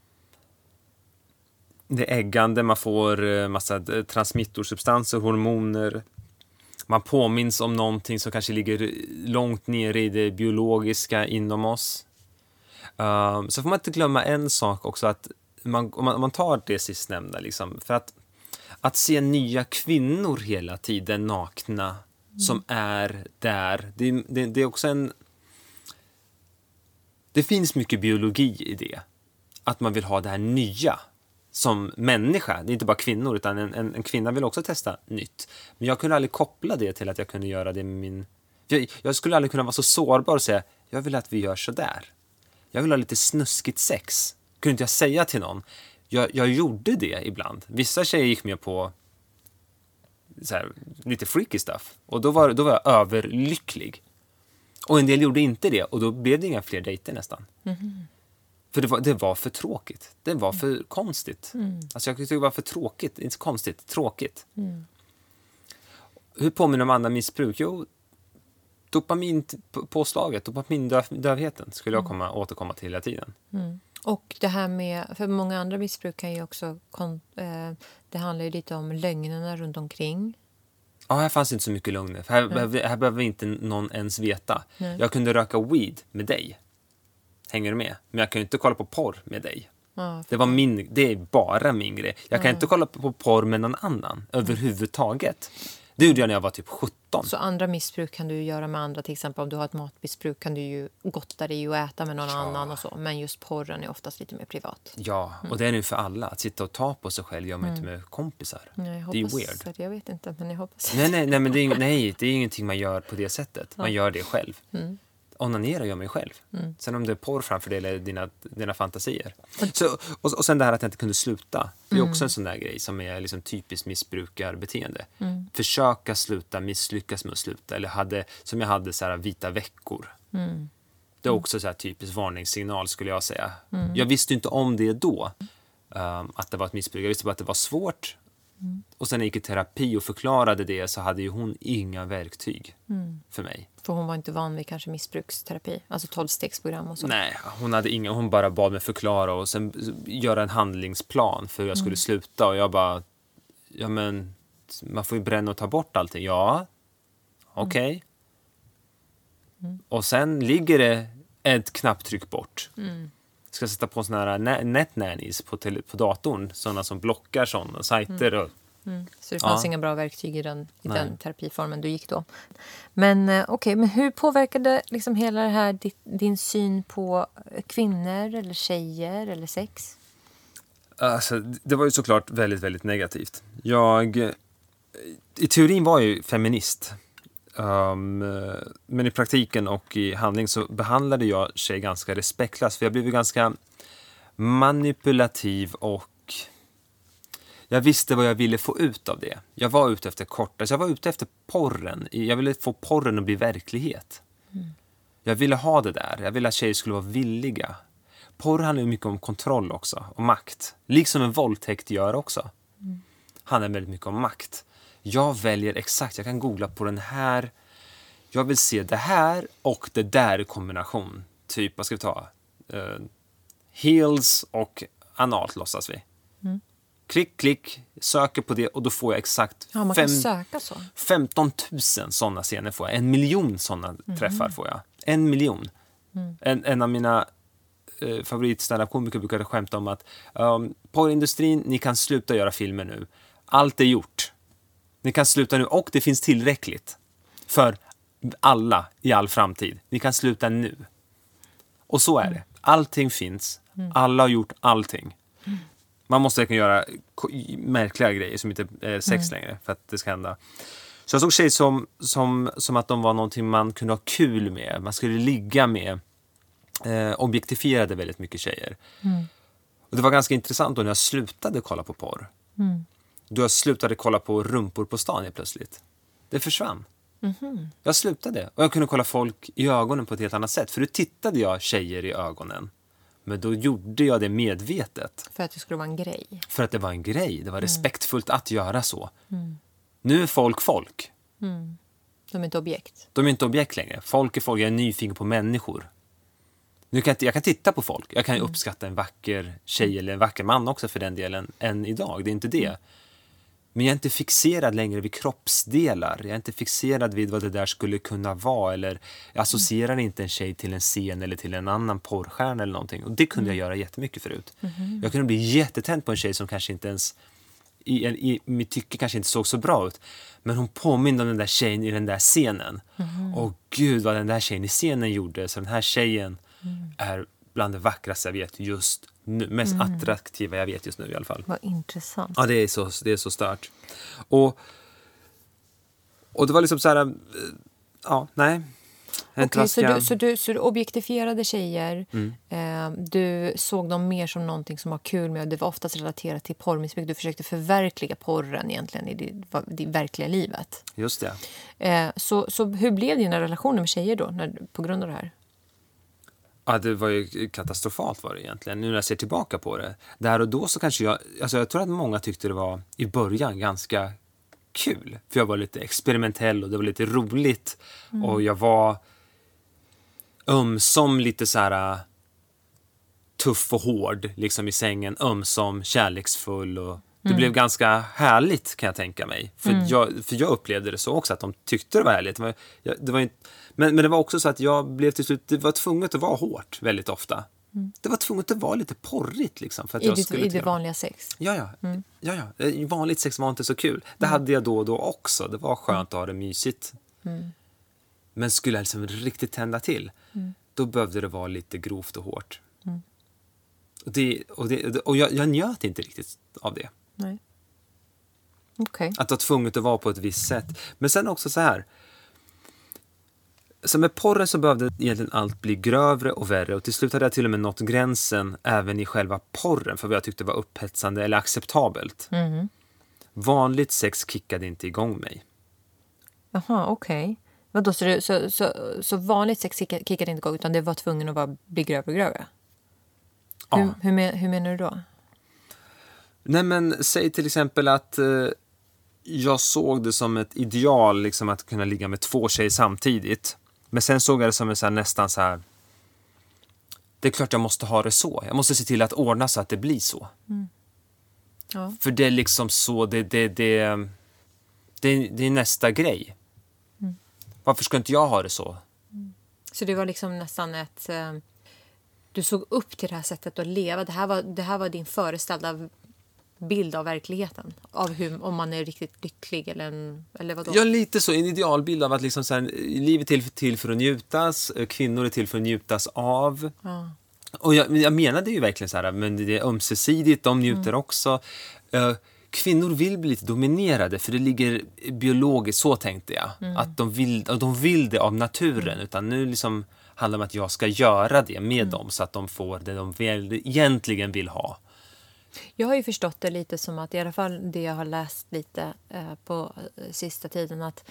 Det är äggande, man får massa transmittorsubstanser, hormoner. Man påminns om någonting som kanske ligger långt ner i det biologiska inom oss. Um, så får man inte glömma en sak också, att man, om, man, om man tar det sistnämnda, liksom, för att, att se nya kvinnor hela tiden nakna mm. som är där, det, det, det är också en Det finns mycket biologi i det. Att man vill ha det här nya som människa. Det är inte bara kvinnor, utan en, en, en kvinna vill också testa nytt. Men jag kunde aldrig koppla det till att jag kunde göra det med min... Jag, jag skulle aldrig kunna vara så sårbar och säga, jag vill att vi gör så där. Jag vill ha lite snuskigt sex. Kunde inte jag säga till någon. Jag, jag gjorde det ibland. Vissa tjejer gick med på så här, lite freaky stuff. Och då var, då var jag överlycklig. Och en del gjorde inte det. Och då blev det inga fler dejter nästan. Mm. För det var, det var för tråkigt. Det var för mm. konstigt. Mm. Alltså jag tycker det var för tråkigt. Inte konstigt, tråkigt. Mm. Hur påminner om andra missbruk? Jo, dopaminpåslaget, dopamindövheten skulle jag komma, återkomma till hela tiden. Mm. Och det här med, för många andra missbruk kan ju också, eh, det handlar ju lite om lögnerna runt omkring. Ja, här fanns inte så mycket lögner. För här, mm. behöver, här behöver inte någon ens veta. Mm. Jag kunde röka weed med dig. Hänger du med? Men jag kan ju inte kolla på porr med dig. Ja, det, var min, det är bara min grej. Jag kan ja. inte kolla på porr med någon annan överhuvudtaget. Det gjorde jag när jag var typ sjutton. Så andra missbruk kan du göra med andra. Till exempel om du har ett matmissbruk kan du ju gotta dig och äta med någon ja. annan och så. Men just porren är oftast lite mer privat. Ja, mm. och det är nu för alla. Att sitta och ta på sig själv gör man mm. inte med kompisar. Nej, jag det är hoppas, ju weird. Jag vet inte, men jag hoppas. Nej, nej, nej, men det är, nej, det är ingenting man gör på det sättet. Man ja. gör det själv. Mm. onanera gör mig själv. Mm. Sen om det är porr framför dig eller dina, dina fantasier. Så, och, och sen det här att jag inte kunde sluta. Det är Mm. också en sån där grej som är liksom typiskt missbrukarbeteende. Mm. Försöka sluta, misslyckas med att sluta. Eller hade, som jag hade så här vita veckor. Mm. Det är också så här typisk varningssignal skulle jag säga. Mm. Jag visste inte om det då. Um, att det var ett missbruk. Jag visste bara att det var svårt. Mm. Och sen när jag gick i terapi och förklarade det så hade ju hon inga verktyg Mm. för mig. För hon var inte van vid kanske missbruksterapi, alltså tolvstegsprogram och så. Nej, hon hade inga, hon bara bad mig förklara och sen göra en handlingsplan för hur jag skulle Mm. sluta. Och jag bara, ja men man får ju bränna och ta bort allting. Ja, okej. Okay. Mm. Och sen ligger det ett knapptryck bort. Mm. Ska sätta på såna här net nannies på, tele, på datorn, sådana som blockar sådana sajter. Och, Mm. Så det fanns ja. inga bra verktyg i den, i Nej. den terapiformen du gick då. Men eh, okej, okay, men hur påverkade liksom hela det här din, din syn på kvinnor eller tjejer eller sex? Alltså, det var ju såklart väldigt, väldigt negativt. Jag, i teorin var jag ju feminist. Um, men i praktiken och i handling så behandlade jag tjej ganska respektlöst. För jag blev ju ganska manipulativ och jag visste vad jag ville få ut av det. Jag var ute efter korta, så jag var ute efter porren. Jag ville få porren att bli verklighet. Mm. Jag ville ha det där. Jag ville att tjejer skulle vara villiga. Porr handlar ju mycket om kontroll också, och makt. Liksom en våldtäkt gör också. Mm. Handlar väldigt mycket om makt. Jag väljer exakt, jag kan googla på den här. Jag vill se det här och det där i kombination. Typ, vad ska vi ta? Uh, heels och analt låtsas vi. Mm. Klick, klick, söker på det och då får jag exakt ja, man kan fem, söka så. femton tusen sådana scener får jag. En miljon sådana mm. träffar får jag. En miljon. Mm. En, en av mina eh, favoritstandardkomiker brukade skämta om att um, porrindustrin, ni kan sluta göra filmer nu. Allt är gjort. Ni kan sluta nu och det finns tillräckligt för alla i all framtid. Ni kan sluta nu. Och så är mm. det. Allting finns. Mm. Alla har gjort allting. Mm. Man måste verkligen göra märkliga grejer som inte är sex mm. längre för att det ska hända. Så jag såg tjejer som, som, som att de var någonting man kunde ha kul med. Man skulle ligga med. Eh, objektifierade väldigt mycket tjejer. Mm. Och det var ganska intressant då när jag slutade kolla på porr. Mm. Då jag slutade kolla på rumpor på stan helt plötsligt. Det försvann. Mm-hmm. Jag slutade. Och jag kunde kolla folk i ögonen på ett helt annat sätt. För då tittade jag tjejer i ögonen. Men då gjorde jag det medvetet. För att det skulle vara en grej. För att det var en grej. Det var mm. respektfullt att göra så. Mm. Nu är folk folk. Mm. De är inte objekt. De är inte objekt längre. Folk är folk. Jag är nyfiken på människor. Nu kan jag, jag kan titta på folk. Jag kan mm. uppskatta en vacker tjej eller en vacker man också för den delen än idag. Det är inte det. Mm. Men jag är inte fixerad längre vid kroppsdelar. Jag är inte fixerad vid vad det där skulle kunna vara. Eller jag associerar mm. inte en tjej till en scen eller till en annan porrstjärna eller någonting. Och det kunde mm. jag göra jättemycket förut. Mm. Jag kunde bli jättetänd på en tjej som kanske inte ens i, i mitt tycke kanske inte såg så bra ut. Men hon påminner om den där tjejen i den där scenen. Mm. Och gud vad den där tjejen i scenen gjorde. Så den här tjejen mm. är bland det vackraste jag vet just nu. Mest mm. attraktiva jag vet just nu i alla fall. Vad intressant. Ja, det är så, det är så stört. Och, och det var liksom så här, ja, nej. Okej, okay, så, du, så, du, så du objektifierade tjejer. Mm. Eh, du såg dem mer som någonting som var kul med. Det var oftast relaterat till porrmissbruk. Du försökte förverkliga porren egentligen i det, det verkliga livet. Just det. Eh, så, så hur blev dina relationer med tjejer då när, på grund av det här? Ja, det var ju katastrofalt var det egentligen. Nu när jag ser tillbaka på det. Där och då så kanske jag... Alltså jag tror att många tyckte det var i början ganska kul. För jag var lite experimentell och det var lite roligt. Mm. Och jag var ömsom lite så här tuff och hård liksom i sängen. Ömsom kärleksfull och det mm. blev ganska härligt kan jag tänka mig. För, mm. jag, för jag upplevde det så också att de tyckte det var härligt. Det var, jag, det var inte, men, men det var också så att jag blev till slut, det var tvunget att vara hårt väldigt ofta. Mm. Det var tvunget att vara lite porrigt liksom. För att I jag det, skulle i det vanliga sex? Ja, ja. Mm. ja, ja. Vanligt sex var inte så kul. Det mm. hade jag då och då också. Det var skönt att ha det mysigt. Mm. Men skulle jag liksom riktigt tända till, mm. då behövde det vara lite grovt och hårt. Mm. Och, det, och, det, och jag, jag njöt inte riktigt av det. Nej. Okay. Att vara tvunget att vara på ett visst sätt. Men sen också så här. Så med porren så behövde egentligen allt bli grövre och värre. Och till slut hade jag till och med nått gränsen även i själva porren. För vad jag tyckte var upphetsande eller acceptabelt. Mm. Vanligt sex kickade inte igång mig. Jaha, okej. Okay. Vadå, så, det, så, så, så vanligt sex kickade inte igång utan det var tvungen att vara, bli grövre och grövre? Ja. Hur, hur, men, hur menar du då? Nej men, säg till exempel att eh, jag såg det som ett ideal liksom, att kunna ligga med två tjejer samtidigt. Men sen såg jag det som en så här, nästan så här... Det är klart jag måste ha det så. Jag måste se till att ordna så att det blir så. Mm. Ja. För det är liksom så, det, det, det, det, det är nästa grej. Mm. Varför ska inte jag ha det så? Mm. Så det var liksom nästan ett... Eh, du såg upp till det här sättet att leva. Det här var, det här var din föreställda bild av verkligheten. Av hur, om man är riktigt lycklig eller, en, eller vadå? Ja, lite så. En idealbild av att liksom så här, livet är till, till för att njutas. Kvinnor är till för att njutas av. Ja. Och jag, jag menade ju verkligen så här, men det är ömsesidigt, de njuter mm. också. Uh, kvinnor vill bli lite dominerade, för det ligger biologiskt, så tänkte jag. Mm. Att de vill, de vill det av naturen, mm. utan nu liksom handlar det om att jag ska göra det med mm. dem så att de får det de vill, egentligen vill ha. Jag har ju förstått det lite som att, i alla fall det jag har läst lite eh, på sista tiden, att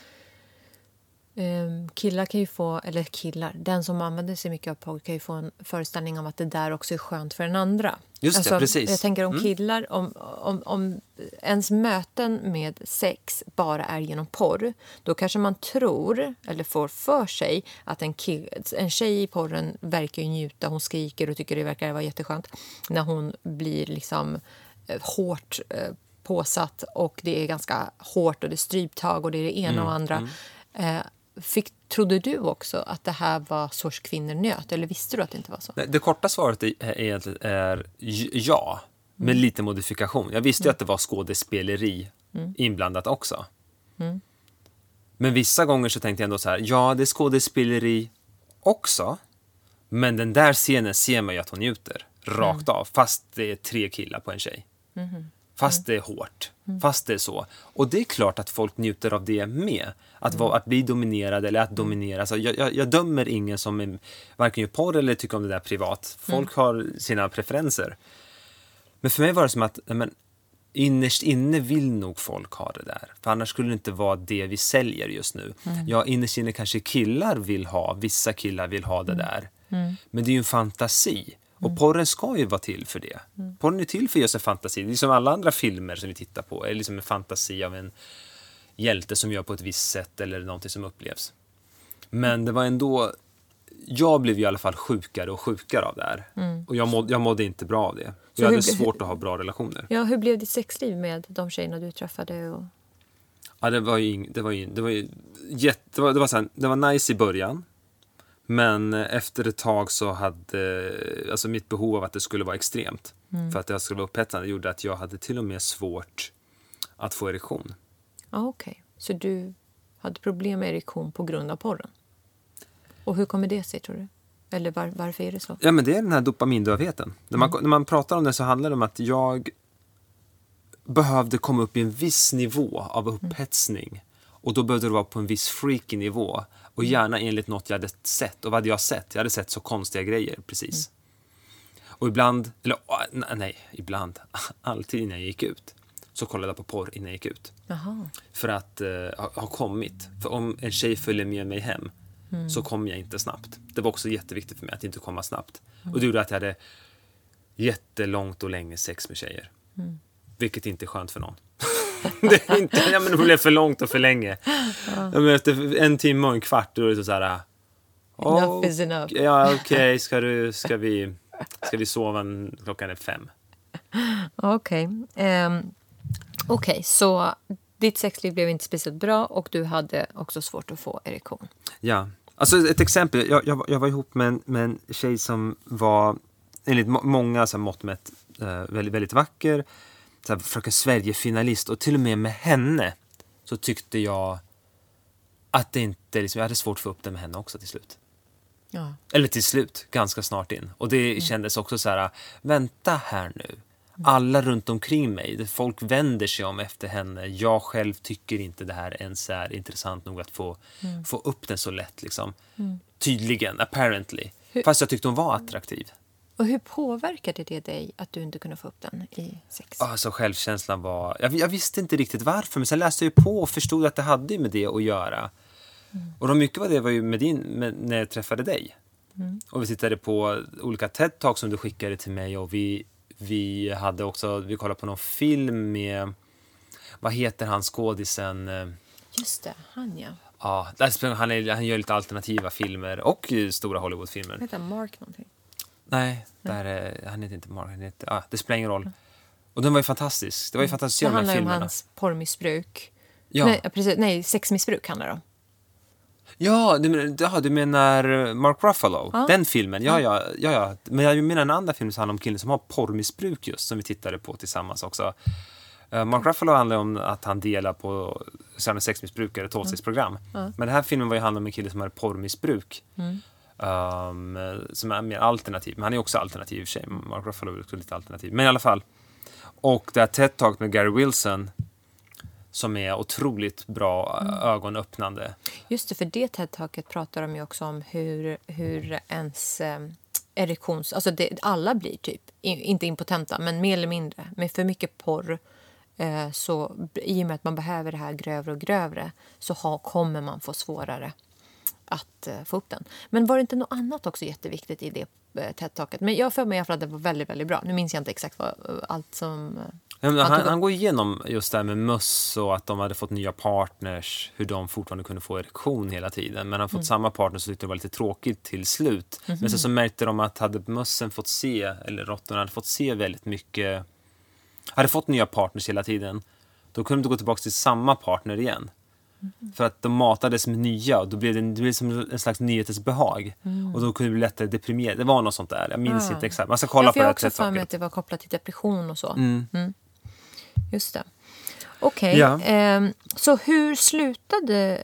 eh, killar kan ju få, eller killar, den som använder sig mycket av porr kan ju få en föreställning om att det där också är skönt för den andra. Just det, alltså, precis. Jag tänker om mm. killar, om, om, om ens möten med sex bara är genom porr, då kanske man tror, eller får för sig, att en, kill, en tjej i porren verkar ju njuta, hon skriker och tycker det verkar vara jätteskönt när hon blir liksom eh, hårt eh, påsatt, och det är ganska hårt och det är stryptag och det är det ena mm. och andra. Mm. Eh, Fick, trodde du också att det här var sorts kvinnor nöt, eller visste du att det inte var så? Det korta svaret är egentligen är ja, med mm. lite modifikation. Jag visste ju mm. att det var skådespeleri mm. inblandat också. Mm. Men vissa gånger så tänkte jag ändå så här, ja, det är skådespeleri också, men den där scenen ser man ju att hon njuter rakt mm. av, fast det är tre killar på en tjej. Mm. Fast det är hårt. Mm. Fast det är så. Och det är klart att folk njuter av det med. Att, mm. vara, att bli dominerad eller att dominera. Alltså, jag, jag, jag dömer ingen som är, varken gör porr eller tycker om det där privat. Folk mm. har sina preferenser. Men för mig var det som att men, innerst inne vill nog folk ha det där. För annars skulle det inte vara det vi säljer just nu. Mm. Ja, innerst inne kanske killar vill ha. Vissa killar vill ha det mm. där. Mm. Men det är ju en fantasi. Och porren ska ju vara till för det. Mm. Porren är till för just en fantasi. Det är som alla andra filmer som vi tittar på. Är liksom en fantasi av en hjälte som gör på ett visst sätt. Eller någonting som upplevs. Men det var ändå... Jag blev i alla fall sjukare och sjukare av det här. Mm. Och jag, måd, jag mådde inte bra av det. Så jag hade svårt att ha bra relationer. Ja, hur blev ditt sexliv med de tjejerna du träffade? Och... Ja, det var ju... Det var ju, det var ju jätte, det var, det var så här, det var nice i början. Men efter ett tag så hade alltså mitt behov av att det skulle vara extremt mm. för att det skulle vara upphetsande gjorde att jag hade till och med svårt att få erektion. Ah, okej. Okay. Så du hade problem med erektion på grund av porren? Och hur kommer det sig, tror du? Eller var, varför är det så? Ja, men det är den här dopamindövheten. Mm. När, man, när man pratar om det så handlar det om att jag behövde komma upp i en viss nivå av upphetsning. Mm. Och då behövde det vara på en viss freaky nivå. Och gärna enligt något jag hade sett. Och vad hade jag sett? Jag hade sett så konstiga grejer, precis. Mm. Och ibland, eller nej, ibland, alltid innan jag gick ut. Så kollade jag på porr innan jag gick ut. Jaha. För att uh, ha, ha kommit. För om en tjej följer med mig hem mm. så kommer jag inte snabbt. Det var också jätteviktigt för mig att inte komma snabbt. Mm. Och det gjorde att jag hade jättelångt och länge sex med tjejer. Mm. Vilket inte är skönt för någon. det, är inte, ja, men det blev för långt och för länge. Ja. Ja, men efter en timme och en kvart då är det så här. Oh, enough is enough. Ja, okej. Okay, ska, du, ska, vi, ska vi sova en, klockan är fem? Okej. Okay. Um, Okej, okay, så ditt sexliv blev inte speciellt bra och du hade också svårt att få erektion. Ja, alltså ett exempel. Jag, jag, jag var ihop med en, med en tjej som var enligt må, många så här, mått mätt uh, väldigt, väldigt vacker. Så här, Fröken Sverige-finalist. Och till och med med henne så tyckte jag att det inte, liksom, jag hade svårt att få upp det med henne också till slut. Ja. Eller till slut, ganska snart in. Och det mm. kändes också så här, vänta här nu. Alla runt omkring mig, folk vänder sig om efter henne. Jag själv tycker inte det här ens är intressant nog att få, mm. få upp den så lätt. Liksom. Mm. Tydligen, apparently. Hur? Fast jag tyckte hon var attraktiv. Och hur påverkade det dig att du inte kunde få upp den i sex? Alltså självkänslan var... Jag, jag visste inte riktigt varför, men sen läste jag på och förstod att det hade med det att göra. Mm. Och då mycket var det var ju med din, med, när jag träffade dig. Mm. Och vi tittade på olika TED-talk som du skickade till mig och vi... Vi hade också, vi kollade på någon film med, vad heter han skådisen? Just det, han ja. Ja, han, är, han gör lite alternativa filmer och stora Hollywoodfilmer. Heter Mark någonting? Nej, där är, han heter inte Mark, han heter, ah, det spelar ingen roll. Och den var ju fantastisk, det var ju fantastiskt att se de här filmerna. Det handlar om hans porrmissbruk. Ja. Nej, precis, nej, sexmissbruk handlar det om. Ja, du, ja, du menar Mark Ruffalo, ja. Den filmen. Ja, ja, ja, ja. Men jag menar en annan film som handlar om killen som har porrmissbruk just, som vi tittade på tillsammans också. Uh, Mark Ruffalo handlar om att han delar på sådana sexmissbrukare, tolvstegsprogram. Mm. Men den här filmen var ju handlar om en kille som har porrmissbruk. Mm. Um, som är mer alternativ. Men han är också alternativ i och för sig. Mark Ruffalo är också lite alternativ. Men i alla fall. Och det här TED-talk med Gary Wilson som är otroligt bra mm. ögonöppnande. Just det, för det TED-taket pratar de ju också om hur, hur ens eh, erektions... Alltså det, alla blir typ, inte impotenta, men mer eller mindre. Med för mycket porr, eh, så i och med att man behöver det här grövre och grövre, så ha, kommer man få svårare att eh, få upp den. Men var det inte något annat också jätteviktigt i det eh, TED-taket? Men jag för mig att det var väldigt, väldigt bra. Nu minns jag inte exakt vad, allt som... Eh, Han, han, han går igenom just det här med möss och att de hade fått nya partners, hur de fortfarande kunde få erektion hela tiden. Men han fått mm. samma partner så tyckte det var lite tråkigt till slut. Mm-hmm. Men så, så märkte de att hade mössen fått se, eller råttorna hade fått se väldigt mycket, hade fått nya partners hela tiden, då kunde de gå tillbaka till samma partner igen. Mm. För att de matades med nya och då blev det, det blev som en slags nyhetsbehag. Mm. Och då kunde det bli lättare deprimerad. Det var något sånt där. Jag minns ah. inte exakt. Man ska kolla ja, på det. Jag har också för mig att det var kopplat till depression och så. Mm. Mm. Just det. Okej. Okay. Ja. Eh, så hur slutade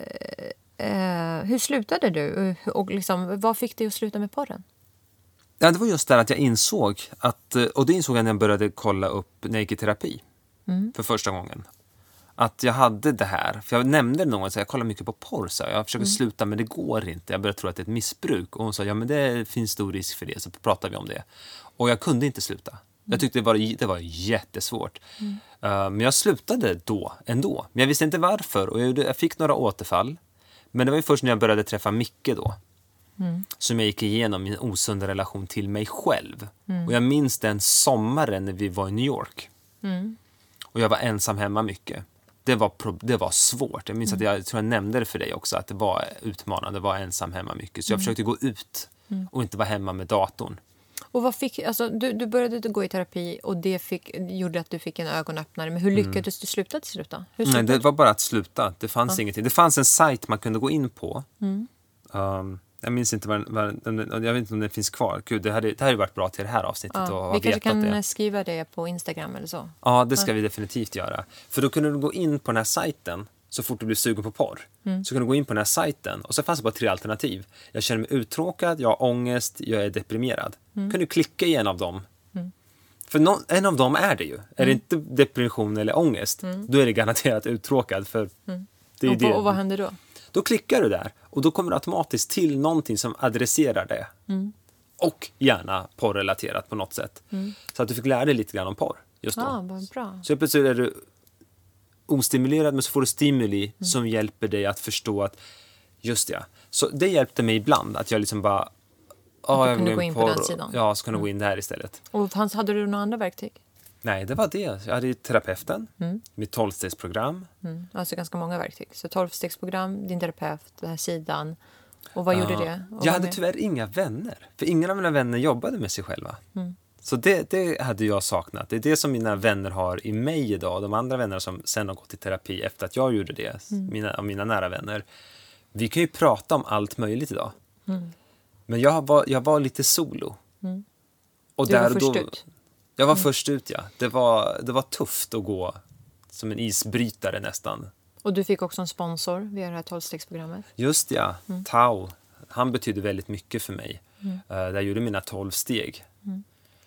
eh, hur slutade du? Och liksom, vad fick dig att sluta med porren? Ja, det var just där att jag insåg att, och det insåg jag när jag började kolla upp naked-terapi mm. för första gången. Att jag hade det här. För jag nämnde det någon gång, så jag kollar mycket på porr. Så jag försöker mm. sluta, men det går inte. Jag började tro att det är ett missbruk. Och hon sa, ja men det finns stor risk för det. Så pratade vi om det. Och jag kunde inte sluta. Mm. Jag tyckte det var, det var jättesvårt. Mm. Uh, men jag slutade då, ändå. Men jag visste inte varför. Och jag, jag fick några återfall. Men det var ju först när jag började träffa Micke då. Mm. Som jag gick igenom min osunda relation till mig själv. Mm. Och jag minns den sommaren när vi var i New York. Mm. Och jag var ensam hemma mycket. Det var, det var svårt. Jag minns mm. att jag, jag tror jag nämnde det för dig också. Att det var utmanande. Det var ensam hemma mycket. Så jag mm. försökte gå ut. Mm. Och inte vara hemma med datorn. Och vad fick, alltså, du, du började gå i terapi. Och det fick, gjorde att du fick en ögonöppnare. Men hur lyckades mm. du sluta till slut då? Hur Nej, det var bara att sluta. Det fanns ja. ingenting. Det fanns en sajt man kunde gå in på. Mm. Um, jag minns inte vad, vad, jag vet inte om det finns kvar. Gud, det hade, det hade varit bra till det här avsnittet. Ja, och vi kanske kan det. skriva det på Instagram eller så. Ja, det ska ja. vi definitivt göra. För då kunde du gå in på den här sajten så fort du blir sugen på porr. Mm. Så kunde du gå in på den här sajten och så fanns det bara tre alternativ. Jag känner mig uttråkad, jag har ångest, jag är deprimerad. Mm. Kan du klicka i en av dem? Mm. För no, en av dem är det ju. Mm. Är det inte depression eller ångest, mm. då är det garanterat uttråkad. För mm. det är och, det. och vad händer då? Då klickar du där och då kommer du automatiskt till någonting som adresserar det. Mm. Och gärna porrrelaterat på något sätt. Mm. Så att du fick lära dig lite grann om porr just då. Ah, vad bra. Så plötsligt är du ostimulerad, men så får du stimuli mm. som hjälper dig att förstå att just det. Så det hjälpte mig ibland att jag liksom bara ah, jag kunde gå in på den sidan. Ja, så kunde mm. gå in där istället. Och hade du några andra verktyg? Nej, det var det. Jag hade ju terapeuten, mm. mitt tolvstegsprogram. Mm. Alltså ganska många verktyg. Så tolvstegsprogram, din terapeut, den här sidan. Och vad uh, gjorde det? Och jag hade med? tyvärr inga vänner. För ingen av mina vänner jobbade med sig själva. Mm. Så det, det hade jag saknat. Det är det som mina vänner har i mig idag. De andra vänner som sen har gått i terapi efter att jag gjorde det. Mm. Mina, av mina nära vänner. Vi kan ju prata om allt möjligt idag. Mm. Men jag var, jag var lite solo. Mm. Och du där var först då, ut? Jag var mm. först ut, ja. Det var, det var tufft att gå som en isbrytare nästan. Och du fick också en sponsor via det här tolvstegsprogrammet? Just ja, mm. Tao. Han betydde väldigt mycket för mig. Mm. Uh, där jag gjorde mina tolv steg. Mm.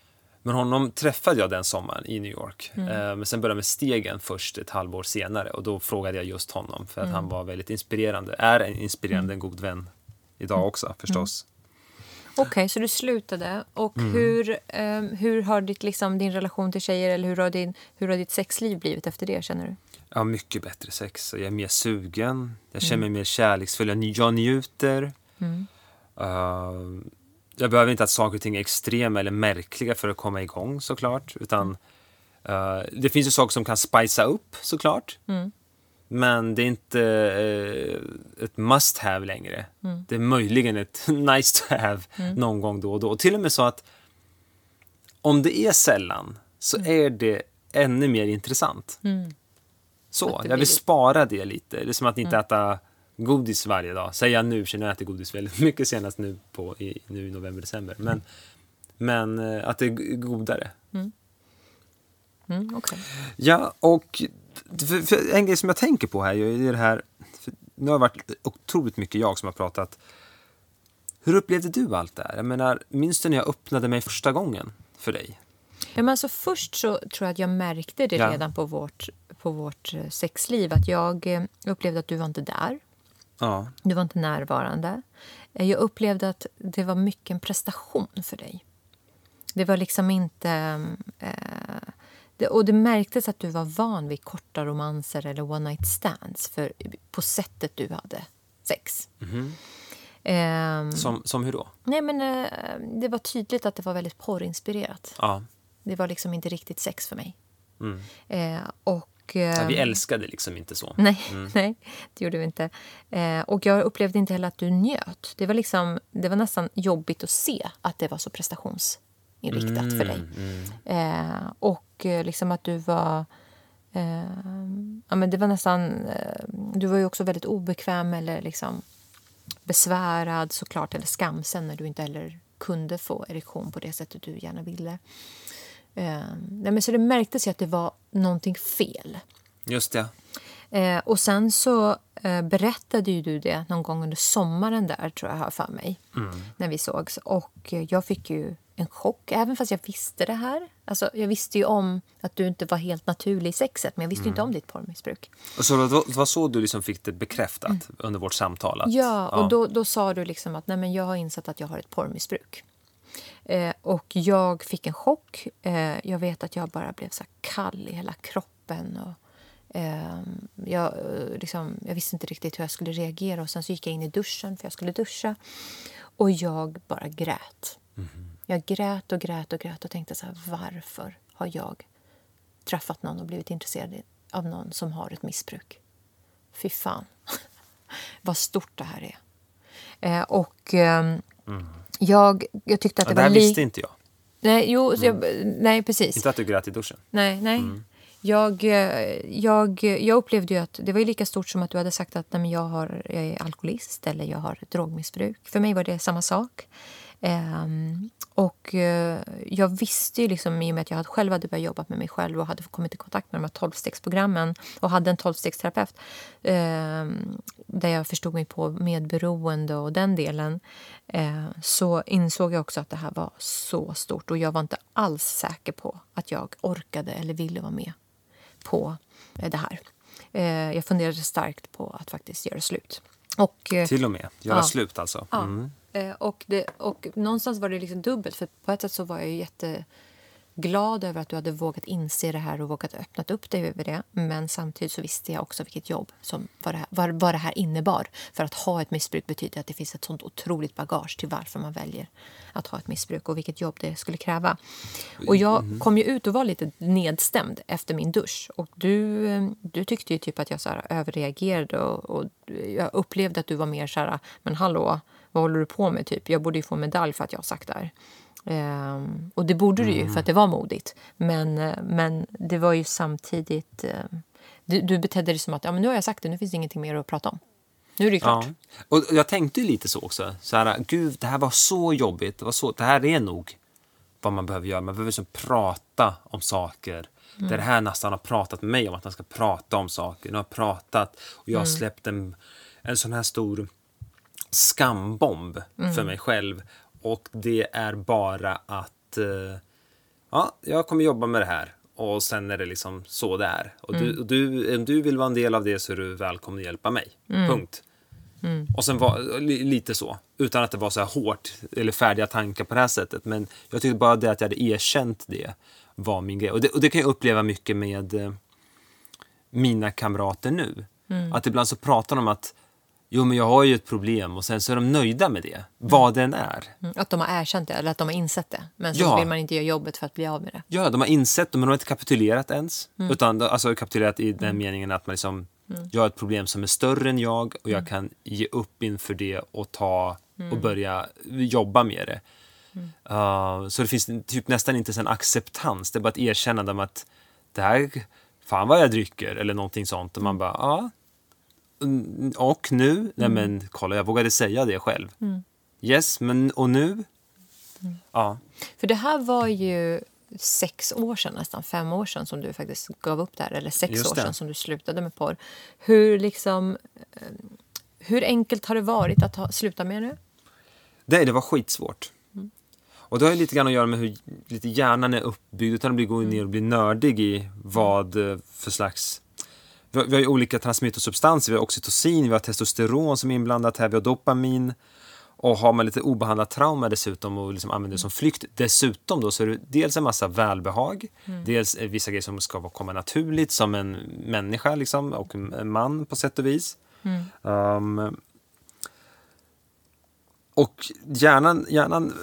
Men honom träffade jag den sommaren i New York. Mm. Eh, men sen började med Stegen först ett halvår senare. Och då frågade jag just honom. För att Mm. han var väldigt inspirerande. Är en inspirerande, en god vän idag också förstås. Okej, okay, så du slutade. Och Mm. hur, eh, hur har ditt, liksom, din relation till tjejer eller hur har, din, hur har ditt sexliv blivit efter det, känner du? Ja, mycket bättre sex. Jag är mer sugen. Jag känner mig mm. mer kärleksfull. Jag njuter. Mm. Uh, jag behöver inte att saker och ting är extrema eller märkliga för att komma igång såklart. Utan uh, det finns ju saker som kan spicea upp såklart. Mm. Men det är inte uh, ett must have längre. Mm. Det är möjligen ett nice to have mm. någon gång då och då. Och till och med så att om det är sällan så mm. är det ännu mer intressant. Mm. Så, jag vill spara det lite. Det är som att inte mm. äta godis varje dag. Säger jag nu, känner jag äter godis väldigt mycket senast nu, på, i, nu i november, december. Men, men att det är godare. Mm. Mm, okay. Ja, och för, för en grej som jag tänker på här är det här, för nu har det varit otroligt mycket jag som har pratat. Hur upplevde du allt det här? Jag menar, minns du när jag öppnade mig första gången för dig? Ja, men alltså först så tror jag att jag märkte det ja. redan på vårt, på vårt sexliv. Att jag upplevde att du var inte där. Ja. Du var inte närvarande. Jag upplevde att det var mycket en prestation för dig. Det var liksom inte... Eh, det, och det märktes att du var van vid korta romanser eller one night stands. För, på sättet du hade sex. Mm-hmm. Eh, som, som hur då? Nej, men eh, det var tydligt att det var väldigt porrinspirerat. Ja. Det var liksom inte riktigt sex för mig. Mm. Eh, och, eh, ja, vi älskade liksom inte så. Nej, mm. nej det gjorde vi inte. Eh, och jag upplevde inte heller att du njöt. Det var, liksom, det var nästan jobbigt att se att det var så prestationsinriktat mm. för dig. Mm. Eh, och liksom att du var... Eh, ja, men det var nästan... Eh, du var ju också väldigt obekväm eller liksom besvärad såklart. Eller skamsen när du inte heller kunde få erektion på det sättet du gärna ville. Uh, nej, men så det märktes ju att det var någonting fel. Just det. Uh, och sen så uh, berättade ju du det någon gång under sommaren där, tror jag, har för mig. Mm. När vi sågs. Och uh, jag fick ju en chock, även fast jag visste det här. Alltså, jag visste ju om att du inte var helt naturlig i sexet, men jag visste mm. ju inte om ditt porrmissbruk. Och så det var så du liksom fick det bekräftat mm. under vårt samtal? Att, ja, och ja. Då, då sa du liksom att nej, men jag har insett att jag har ett porrmissbruk. Eh, och jag fick en chock. Eh, jag vet att jag bara blev så kall i hela kroppen. Och, eh, jag, liksom, jag visste inte riktigt hur jag skulle reagera. Och sen så gick jag in i duschen för jag skulle duscha. Och jag bara grät. Mm-hmm. Jag grät och grät och grät och tänkte så här, varför har jag träffat någon och blivit intresserad av någon som har ett missbruk? Fy fan. Vad stort det här är. Eh, och... Eh, mm. Jag, jag tyckte att det, ja, det var... Det li- visste inte jag. Nej, jo, mm. jag, nej, precis. Inte att du grät i duschen. Nej, nej. Mm. Jag, jag, jag upplevde ju att det var ju lika stort som att du hade sagt att nej, men jag, har, jag är alkoholist eller jag har ett drogmissbruk. För mig var det samma sak. Um, och uh, jag visste ju liksom, i och med att jag själv hade börjat jobba med mig själv och hade kommit i kontakt med de här tolvstegsprogrammen och hade en tolvstegsterapeut um, där jag förstod mig på medberoende och den delen, uh, så insåg jag också att det här var så stort och jag var inte alls säker på att jag orkade eller ville vara med på uh, det här. Uh, jag funderade starkt på att faktiskt göra slut. Och, uh, Till och med, göra ja, slut alltså. Mm. Ja. Och, det, och någonstans var det liksom dubbelt. För på ett sätt så var jag ju jätteglad över att du hade vågat inse det här och vågat öppnat upp dig över det. Men samtidigt så visste jag också vilket jobb som vad det här, vad, vad det här innebar. För att ha ett missbruk betyder att det finns ett sånt otroligt bagage till varför man väljer att ha ett missbruk och vilket jobb det skulle kräva. Och jag kom ju ut och var lite nedstämd efter min dusch. Och du, du tyckte ju typ att jag så här överreagerade och, och jag upplevde att du var mer så här, men hallå, vad håller du på med typ? Jag borde ju få medalj för att jag har sagt det här. Um, och det borde mm. du ju för att det var modigt. Men, men det var ju samtidigt... Uh, du, du betedde dig som att ja, men nu har jag sagt det, nu finns det ingenting mer att prata om. Nu är det ju klart. Ja. Och jag tänkte ju lite så också. Så här, gud, det här var så jobbigt. Det, var så, det här är nog vad man behöver göra. Man behöver liksom prata om saker. Mm. Det här nästan har pratat med mig om att man ska prata om saker. Nu har pratat och jag har mm. släppt en, en sån här stor skambomb mm. för mig själv. Och det är bara att... Eh, ja, jag kommer jobba med det här. Och sen är det liksom så det är. Och, Mm. du, och du, om du vill vara en del av det så är du välkommen att hjälpa mig. Mm. Punkt. Mm. Och sen var li, lite så. Utan att det var så här hårt eller färdiga tankar på det här sättet. Men jag tyckte bara det att jag hade erkänt det var min grej. Och det, och det kan jag uppleva mycket med eh, mina kamrater nu. Mm. Att ibland så pratar de om att jo, men jag har ju ett problem och sen så är de nöjda med det. Vad den är. Mm. Att de har erkänt det eller att de har insett det. Men så Ja. vill man inte göra jobbet för att bli av med det. Ja, de har insett det men de har inte kapitulerat ens. Mm. Utan alltså kapitulerat i den meningen att man liksom Mm. jag har ett problem som är större än jag och jag kan ge upp inför det och ta och börja jobba med det. Uh, så det finns typ nästan inte en acceptans. Det är bara ett erkännande om att det här, fan vad jag dricker eller någonting sånt. Och man bara, ja. Och nu, nej men kolla jag vågade säga det själv. Mm. Yes, men och nu? Mm. Ja. För det här var ju sex år sedan, nästan fem år sedan som du faktiskt gav upp där. Eller sex Just år det. sedan som du slutade med porr. Hur liksom, eh, hur enkelt har det varit att ha, sluta med det? Det, det var skitsvårt. Mm. Och det har ju lite grann att göra med hur lite hjärnan är uppbyggd utan att bli gå ner och bli nördig i vad eh, för slags... Vi har, vi har ju olika transmittersubstanser. Vi har oxytocin, vi har testosteron som är inblandat här, vi har dopamin. Och har man lite obehandlat trauma dessutom och liksom använder det som flykt. Dessutom då så är det dels en massa välbehag. Mm. Dels är vissa grejer som ska komma naturligt som en människa liksom, och en man på sätt och vis. Mm. Um, och hjärnan, hjärnan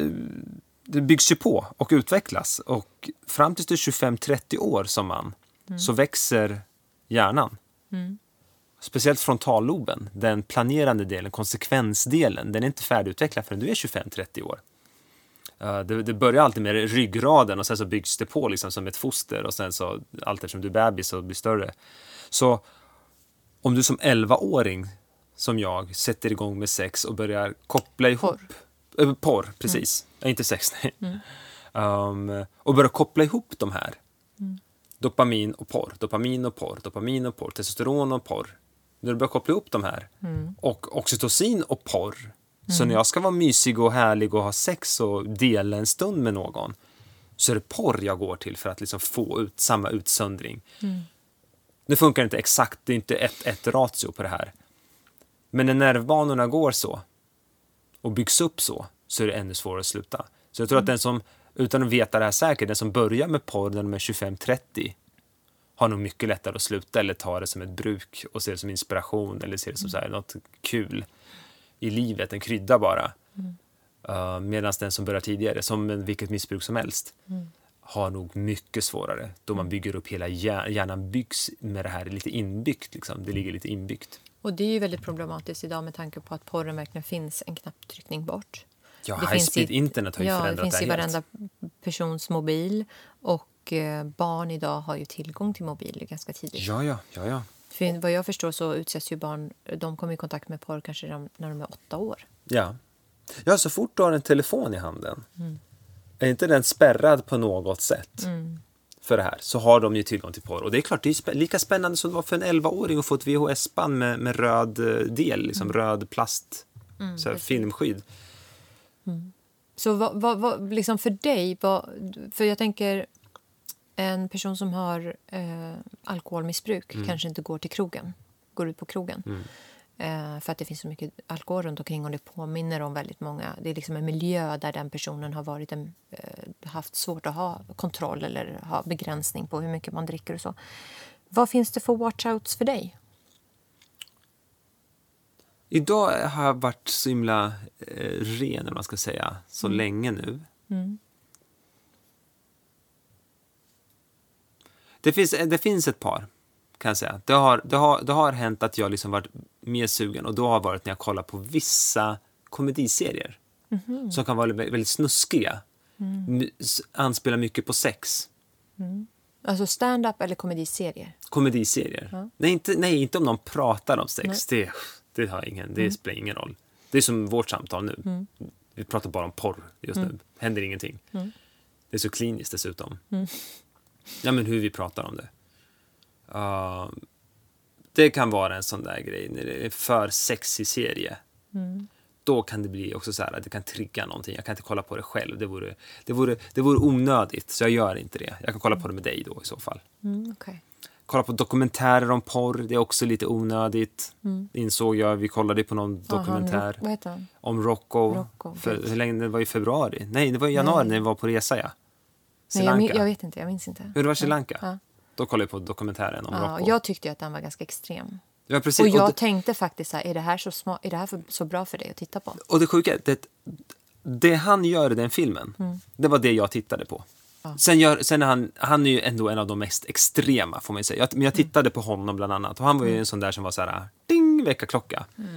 det byggs ju på och utvecklas. Och fram tills du är tjugofem trettio år som man mm. så växer hjärnan. Mm. Speciellt frontalloben, den planerande delen, konsekvensdelen, den är inte färdigutvecklad förrän du är tjugofem trettio år. Uh, det, det börjar alltid med ryggraden och sen så byggs det på liksom som ett foster och sen så allt eftersom du är bebis så blir större. Så om du som elvaåring som jag sätter igång med sex och börjar koppla ihop porr, äh, porr precis, mm. äh, inte sex nej. Mm. Um, och börjar koppla ihop de här. Mm. Dopamin och porr, dopamin och porr, dopamin och porr, testosteron och porr. När du börjar koppla ihop de här. Mm. Och oxytocin och porr. Mm. Så när jag ska vara mysig och härlig och ha sex och dela en stund med någon så är det porr jag går till för att liksom få ut samma utsöndring. Mm. Nu funkar det inte exakt, det är inte ett, ett ratio på det här. Men när nervbanorna går så och byggs upp så så är det ännu svårare att sluta. Så jag tror mm. att den som, utan att veta det här säkert, den som börjar med porr när de är tjugofem trettio har nog mycket lättare att sluta eller ta det som ett bruk och se det som inspiration eller se det som så här, något kul i livet, en krydda bara. Mm. Uh, medan den som börjar tidigare, som vilket missbruk som helst, mm. har nog mycket svårare. Då man bygger upp hela hjär- hjärnan byggs med det här lite inbyggt. Liksom. Det ligger lite inbyggt. Och det är ju väldigt problematiskt idag med tanke på att porren verkligen finns en knapptryckning bort. Ja, det high speed i, internet har ju ja, förändrat det finns det i helt. Varenda persons mobil och eh, barn idag har ju tillgång till mobil ganska tidigt. Ja, ja, ja, ja. För vad jag förstår så utsätts ju barn, de kommer i kontakt med porr kanske när de är åtta år. Ja, ja så fort du har en telefon i handen mm. är inte den spärrad på något sätt mm. för det här så har de ju tillgång till porr. Och det är klart, det är spä- lika spännande som det var för en elvaåring att få ett V H S-band med, med röd del, liksom mm. röd plast, mm, så här, filmskydd. Mm. Så vad, vad, vad, liksom för dig, vad, för jag tänker en person som har eh, alkoholmissbruk mm. kanske inte går till krogen, går ut på krogen. Mm. Eh, för att det finns så mycket alkohol runt omkring och det påminner om väldigt många. Det är liksom en miljö där den personen har varit en, eh, haft svårt att ha kontroll eller ha begränsning på hur mycket man dricker och så. Vad finns det för watchouts för dig? Idag har jag varit så himla eh, ren, eller man ska säga, så mm. länge nu. Mm. Det finns, det finns ett par, kan jag säga. Det har, det har, det har hänt att jag liksom varit mer sugen och då har varit när jag kollar på vissa komediserier mm. som kan vara väldigt snuskiga. Mm. Anspelar mycket på sex. Mm. Alltså stand-up eller komediserier? Komediserier. Ja. Nej, inte, nej, inte om de pratar om sex. Det, det, har ingen, det mm. spelar ingen roll. Det är som vårt samtal nu. Mm. Vi pratar bara om porr just mm. nu. Händer ingenting. Mm. Det är så kliniskt dessutom. Mm. Ja, men hur vi pratar om det. Uh, det kan vara en sån där grej. När det är för sexig serie. Mm. då kan det bli också så här att det kan trigga någonting. Jag kan inte kolla på det själv. Det vore, det vore, det vore onödigt, så jag gör inte det. Jag kan kolla på det med dig då i så fall. Mm, okay. Kolla på dokumentärer om porr, det är också lite onödigt. Mm. Insåg jag, vi kollade på någon dokumentär. Aha, vad heter han? Om Rocco. Rocco för, hur länge, det var i februari. Nej, det var i januari Nej. när vi var på resa, ja. Nej, jag, jag vet inte, jag minns inte. Hur det var Sri Lanka? Ja. Då kollade jag på dokumentären om ja, Rocco. Jag tyckte att den var ganska extrem. Ja, precis. Och jag och det, tänkte faktiskt så här, är det här, så, sma, är det här för, så bra för dig att titta på? Och det sjuka är det, det han gör i den filmen, mm. det var det jag tittade på. Ja. Sen, gör, sen är han, han är ju ändå en av de mest extrema, får man säga. Jag, men jag tittade mm. på honom bland annat. Och han var ju mm. en sån där som var så här, ding, väckarklocka. Mm.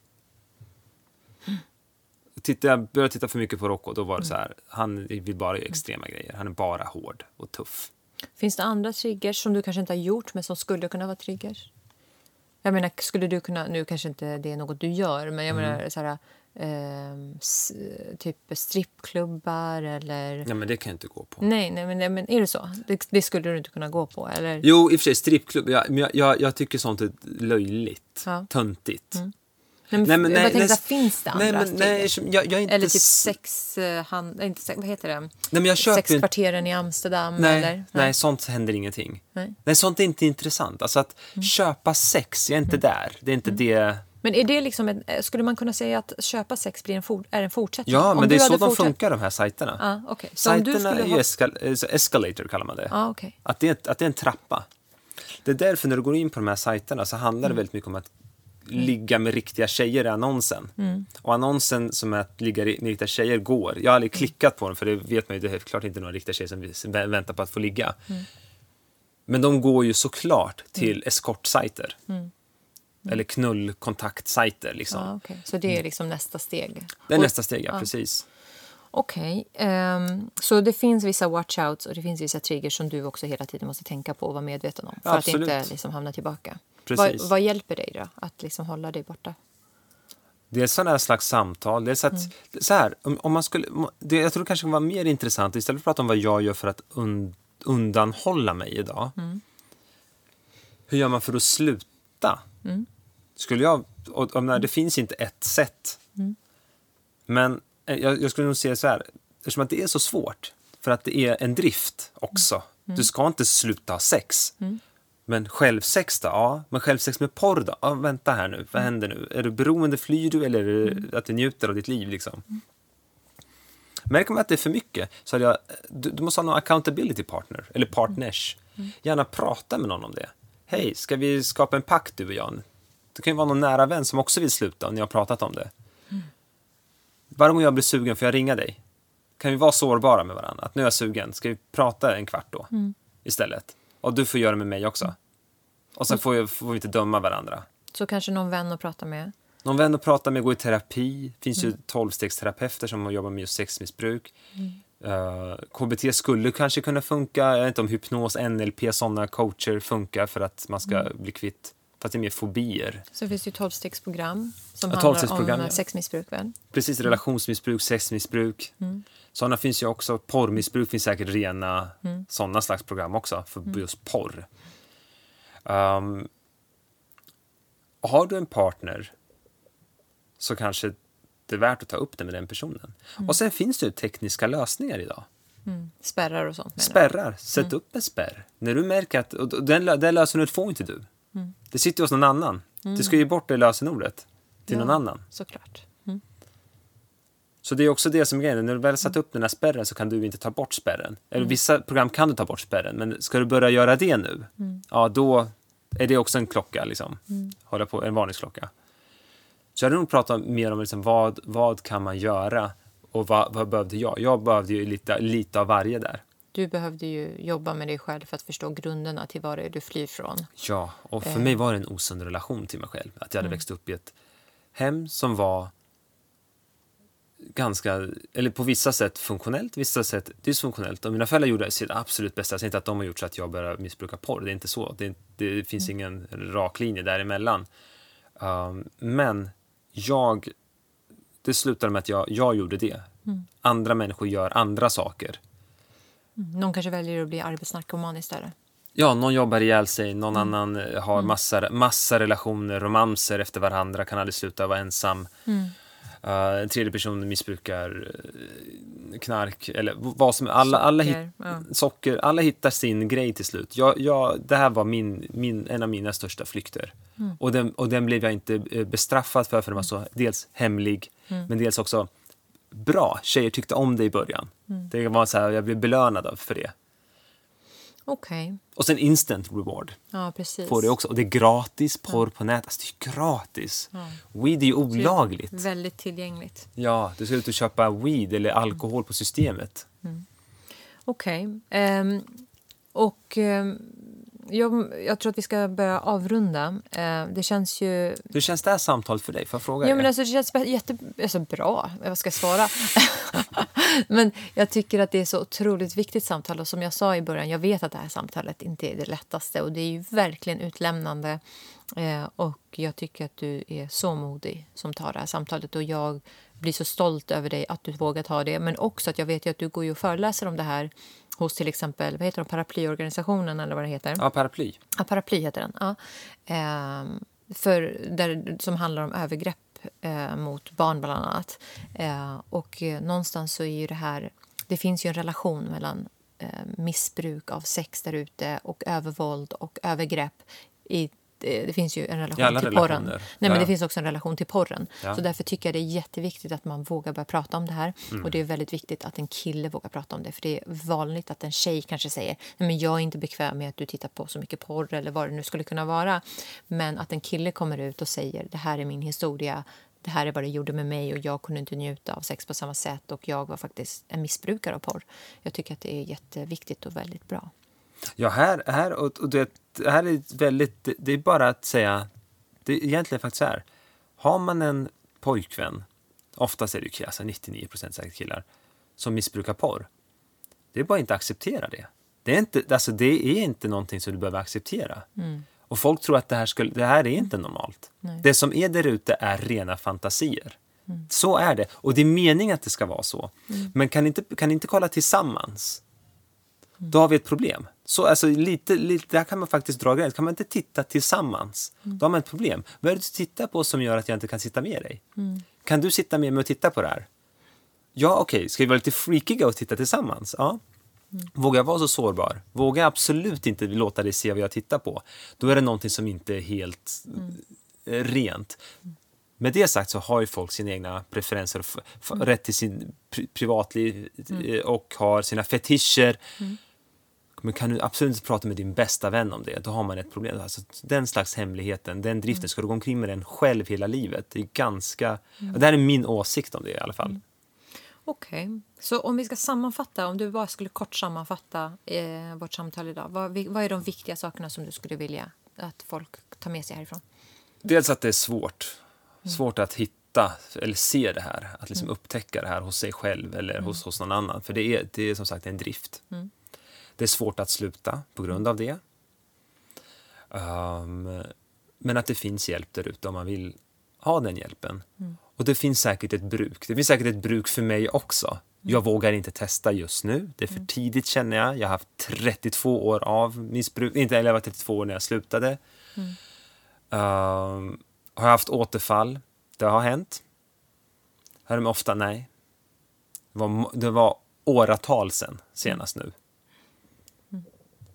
Mm. Titta, jag började titta för mycket på Rocco, då var det så här, han vill bara göra extrema mm. grejer. Han är bara hård och tuff. Finns det andra triggers som du kanske inte har gjort, men som skulle kunna vara triggers? Jag menar, skulle du kunna, nu kanske inte det är något du gör, men jag mm. menar så här, eh, s, typ strippklubbar eller... Ja, men det kan jag inte gå på. Nej, nej men, men är det så? Det, det skulle du inte kunna gå på, eller? Jo, i och för sig, strippklubb, jag, jag, jag, jag tycker sånt är löjligt, ja. töntigt. Mm. Nej, men, nej, men, jag nej, tänkte, nej, finns det andra? Nej, men, nej, jag, jag är inte... Eller typ sex, han, inte sex, vad heter det? Nej, men jag köper... Sexkvarteren i Amsterdam, nej, eller? Nej. nej, sånt händer ingenting. Nej. nej, sånt är inte intressant. Alltså att mm. köpa sex, jag är inte mm. där. Det är inte mm. det... Men är det liksom en, skulle man kunna säga att köpa sex blir en for, är en fortsättning? Ja, om men det är så de fortsatt... funkar, de här sajterna. Ah, okay. Sajterna är ju ha... escal- escalator, kallar man det. Ah, okay. att, det är, att det är en trappa. Det är därför när du går in på de här sajterna så handlar mm. det väldigt mycket om att Mm. ligga med riktiga tjejer i annonsen. Mm. Och annonsen som är att ligga med riktiga tjejer går. Jag har aldrig klickat på den, för det vet man ju, det är helt klart inte några riktiga tjejer som väntar på att få ligga. Mm. Men de går ju såklart till mm. eskortsajter. Mm. Mm. Eller knullkontaktsajter liksom. Ah, okay. Så det är liksom nästa steg? Det är och, nästa steg, ja, ah. precis. Okej, okay. um, så det finns vissa watchouts och det finns vissa triggers som du också hela tiden måste tänka på och vara medveten om. För Absolut. att inte liksom hamna tillbaka. Vad, vad hjälper dig då att liksom hålla dig borta? Det är sådana här slags samtal. Det är så att, mm. så här, om, om man skulle, det, jag tror det kanske var mer intressant istället för att prata om vad jag gör för att und, undanhålla mig idag. Mm. Hur gör man för att sluta? Mm. Skulle jag, och, och, nej, det finns inte ett sätt. Mm. Men jag, jag skulle nog säga så här, eftersom att det är så svårt, för att det är en drift också. Mm. Du ska inte sluta ha sex. Mm. Men självsex då? Ja. Men självsex med porr då? Ja, vänta här nu. Vad händer nu? Är du beroende, flyr du, eller är det mm. att du njuter av ditt liv liksom? Mm. Märker man att det är för mycket så jag, du, du måste ha någon accountability partner eller partners. Mm. Gärna prata med någon om det. Hej, ska vi skapa en pakt du och jag? Det kan ju vara någon nära vän som också vill sluta och ni har pratat om det. Mm. Varje gång jag blir sugen får jag ringa dig. Kan vi vara sårbara med varandra? Att nu är jag sugen. Ska vi prata en kvart då? Mm. Istället. Och du får göra med mig också. Och sen får, jag, får vi inte döma varandra. Så kanske någon vän att prata med? Någon vän att prata med, gå i terapi. Det finns mm. ju tolvstegsterapeuter som jobbar med just sexmissbruk. Mm. Uh, K B T skulle kanske kunna funka. Jag vet inte om hypnos, N L P, sådana coacher funkar för att man ska mm. bli kvitt. Fast det är mer fobier. Så finns det ju tolvstegsprogram som ja, handlar om ja. sexmissbruk, väl? Precis, relationsmissbruk, sexmissbruk. Mm. Sådana finns ju också. Porrmissbruk finns säkert rena mm. sådana slags program också för mm. just porr. Um, har du en partner så kanske det är värt att ta upp det med den personen. Mm. Och sen finns det ju tekniska lösningar idag. Mm. Spärrar och sånt. Spärrar. Sätt mm. upp en spärr. När du märker att och den, den lösenordet får inte du. Mm. Det sitter hos någon annan. Mm. Du ska ge bort det lösenordet till ja, någon annan. Såklart. Mm. Så det är också det som är grejen. När du väl satt upp den här spärren så kan du inte ta bort spärren. Eller mm. vissa program kan du ta bort spärren. Men ska du börja göra det nu, mm. ja då är det också en klocka. Liksom. Mm. Hålla på, en varningsklocka. Så jag hade nog pratat mer om liksom, vad, vad kan man göra och vad, vad behövde jag? Jag behövde ju lite, lite av varje där. Du behövde ju jobba med dig själv för att förstå grunderna till vad det är du flyr från. Ja, och för eh. mig var det en osund relation till mig själv. Att jag hade mm. växt upp i ett hem som var ganska, eller på vissa sätt funktionellt, vissa sätt dysfunktionellt. Och mina föräldrar gjorde sitt absolut bästa. Jag säger inte att de har gjort så att jag börjar missbruka porr. Det är inte så. Det, det finns mm. ingen rak linje däremellan. Um, men jag, det slutade med att jag, jag gjorde det. Mm. Andra människor gör andra saker. Mm. Någon kanske väljer att bli arbetsnarkoman istället. Ja, någon jobbar ihjäl sig. Någon mm. annan har massa, massa relationer, romanser efter varandra. Kan aldrig sluta vara ensam. Mm. Uh, en tredje person missbrukar uh, knark eller vad som alla alla hit, ja. socker, alla hittar sin grej till slut. Jag, jag, det här var min, min en av mina största flykter. Mm. Och den och den blev jag inte bestraffad för för den var så dels hemlig mm. men dels också bra. Tjejer tyckte om det i början. Mm. Det var så här, jag blev belönad för det. Okej. Okay. Och sen instant reward. Ja, precis. Får det också. Och det är gratis, porr på nätet. Alltså det är gratis. Ja. Weed är ju olagligt. Det är väldigt tillgängligt. Ja, du ska ut och köpa weed eller alkohol mm. på systemet. Mm. Okej. Okay. Um, och um, jag, jag tror att vi ska börja avrunda. Uh, det känns ju... Hur känns det här samtalet för dig? Får jag fråga ja, men alltså, det känns jätte... Alltså, bra. Vad ska jag svara? Men jag tycker att det är så otroligt viktigt samtal. Och som jag sa i början, jag vet att det här samtalet inte är det lättaste. Och det är ju verkligen utlämnande. Eh, och jag tycker att du är så modig som tar det här samtalet. Och jag blir så stolt över dig att du vågar ta det. Men också att jag vet ju att du går ju och föreläser om det här hos till exempel, vad heter de, paraplyorganisationen eller vad det heter? Ja, paraply. Ja, paraply heter den. Ja. Eh, för där, som handlar om övergrepp eh, mot barn bland annat. Eh, och eh, någonstans så är ju det här, det finns ju en relation mellan eh, missbruk av sex där ute och övervåld och övergrepp i det finns ju en relation till porren. Nej, ja. Men det finns också en relation till porren. Ja. Så därför tycker jag det är jätteviktigt att man vågar börja prata om det här. Mm. Och det är väldigt viktigt att en kille vågar prata om det. För det är vanligt att en tjej kanske säger nej men jag är inte bekväm med att du tittar på så mycket porr eller vad det nu skulle kunna vara. Men att en kille kommer ut och säger det här är min historia. Det här är vad det gjorde med mig och jag kunde inte njuta av sex på samma sätt. Och jag var faktiskt en missbrukare av porr. Jag tycker att det är jätteviktigt och väldigt bra. Ja, här, här, och, och det, här är väldigt, det, det är bara att säga, det är egentligen faktiskt så här, har man en pojkvän, oftast är det ju killar, alltså nittionio procent säkert killar, som missbrukar porr, det är bara inte att acceptera det. Det är inte, alltså det är inte någonting som du behöver acceptera. Mm. Och folk tror att det här, skulle, det här är inte normalt. Nej. Det som är där ute är rena fantasier. Mm. Så är det, och det är meningen att det ska vara så. Mm. Men kan inte, kan inte kolla tillsammans, då har vi ett problem. Så alltså lite, lite där kan man faktiskt dra gräns. Kan man inte titta tillsammans, mm. då har man ett problem. Vad är det du tittar på som gör att jag inte kan sitta med dig? Mm. Kan du sitta med mig och titta på det här? Ja, okej. Okay. Ska vi vara lite freakiga och titta tillsammans? Ja. Mm. Vågar jag vara så sårbar? Vågar jag absolut inte låta dig se vad jag tittar på? Då är det någonting som inte är helt mm. rent. Mm. Med det sagt så har ju folk sina egna preferenser och f- f- mm. rätt till sin pri- privatliv mm. och har sina fetischer. Mm. Men kan du absolut inte prata med din bästa vän om det, då har man ett problem. Alltså, den slags hemligheten, den driften, mm. ska du gå omkring med den själv hela livet? Det är ganska... Mm. Det här är min åsikt om det i alla fall. Mm. Okej, okay. Så om vi ska sammanfatta, om du bara skulle kort sammanfatta eh, vårt samtal idag. Vad, vad är de viktiga sakerna som du skulle vilja att folk tar med sig härifrån? Dels att det är svårt. Mm. Svårt att hitta eller se det här. Att liksom mm. upptäcka det här hos sig själv eller mm. hos, hos någon annan. För det är, det är som sagt en drift. Mm. Det är svårt att sluta på grund av det. Um, men att det finns hjälp där ute om man vill ha den hjälpen. Mm. Och det finns säkert ett bruk. Det finns säkert ett bruk för mig också. Mm. Jag vågar inte testa just nu. Det är för mm. tidigt känner jag. Jag har haft trettiotvå år av missbruk. Inte, eller jag var trettiotvå år när jag slutade. Mm. Um, har jag haft återfall? Det har hänt. Hör de ofta nej. Det var, det var åratal sedan senast nu. Mm.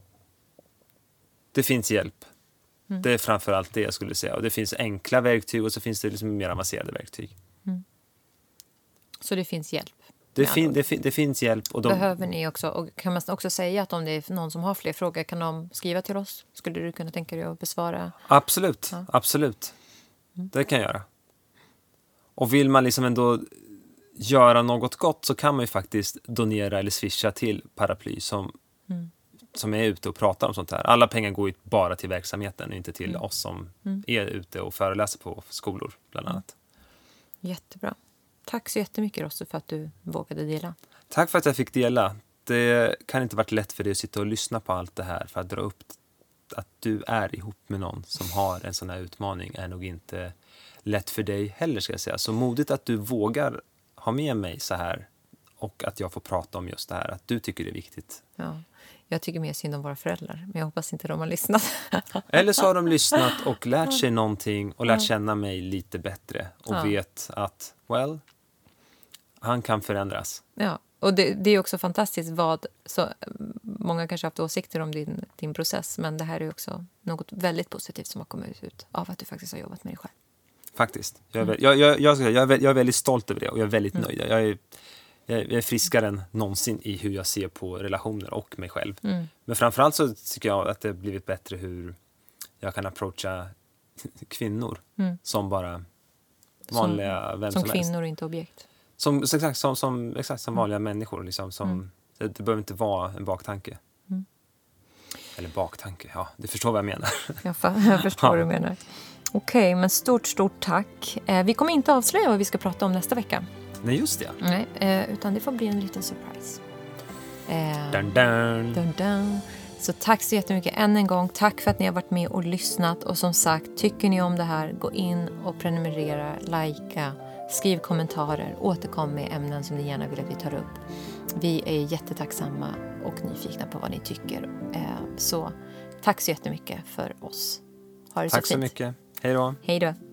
Det finns hjälp. Mm. Det är framförallt det jag skulle säga. Och det finns enkla verktyg och så finns det liksom mer avancerade verktyg. Mm. Så det finns hjälp? Det, fin- det, fin- det finns hjälp. Och de... Behöver ni också, och kan man också säga att om det är någon som har fler frågor, kan de skriva till oss? Skulle du kunna tänka dig att besvara? Absolut, ja. absolut. Mm. Det kan jag göra. Och vill man liksom ändå göra något gott så kan man ju faktiskt donera eller swisha till Paraply som, mm. som är ute och pratar om sånt här. Alla pengar går ju bara till verksamheten och inte till mm. oss som mm. är ute och föreläser på skolor bland annat. Mm. Jättebra. Tack så jättemycket Rosse för att du vågade dela. Tack för att jag fick dela. Det kan inte varit lätt för dig att sitta och lyssna på allt det här. För att dra upp att du är ihop med någon som har en sån här utmaning är nog inte lätt för dig heller, ska jag säga. Så modigt att du vågar ha med mig så här och att jag får prata om just det här. Att du tycker det är viktigt. Ja. Jag tycker mer synd om våra föräldrar, men jag hoppas inte de har lyssnat. Eller så har de lyssnat och lärt sig någonting och lärt känna mig lite bättre. Och ja. vet att, well, han kan förändras. Ja, och det, det är också fantastiskt vad... Så, många kanske har haft åsikter om din, din process, men det här är också något väldigt positivt som har kommit ut av att du faktiskt har jobbat med dig själv. Faktiskt. Jag är, mm. jag, jag, jag, jag, är, jag är väldigt stolt över det och jag är väldigt mm. nöjd. Jag är, jag är friskare än någonsin i hur jag ser på relationer och mig själv. Mm. Men framförallt så tycker jag att det har blivit bättre hur jag kan approacha kvinnor mm. som bara vanliga som, vem som som kvinnor helst. Och inte objekt. Som, exakt, som, som, exakt som vanliga mm. människor. Liksom, som, mm. det, det behöver inte vara en baktanke. Mm. Eller baktanke, ja, du förstår vad jag menar. Jag, jag förstår ja. vad du menar. Okej, okay, men stort, stort tack. Eh, vi kommer inte avslöja vad vi ska prata om nästa vecka. Nej, just det. Nej, eh, utan det får bli en liten surprise. Eh, dun, dun. Dun, dun. Så tack så jättemycket än en gång. Tack för att ni har varit med och lyssnat. Och som sagt, tycker ni om det här, gå in och prenumerera, likea, skriv kommentarer, återkom med ämnen som ni gärna vill att vi tar upp. Vi är jättetacksamma och nyfikna på vad ni tycker. Eh, så tack så jättemycket för oss. Ha det så tack så fint. mycket. Hej då. Hej då.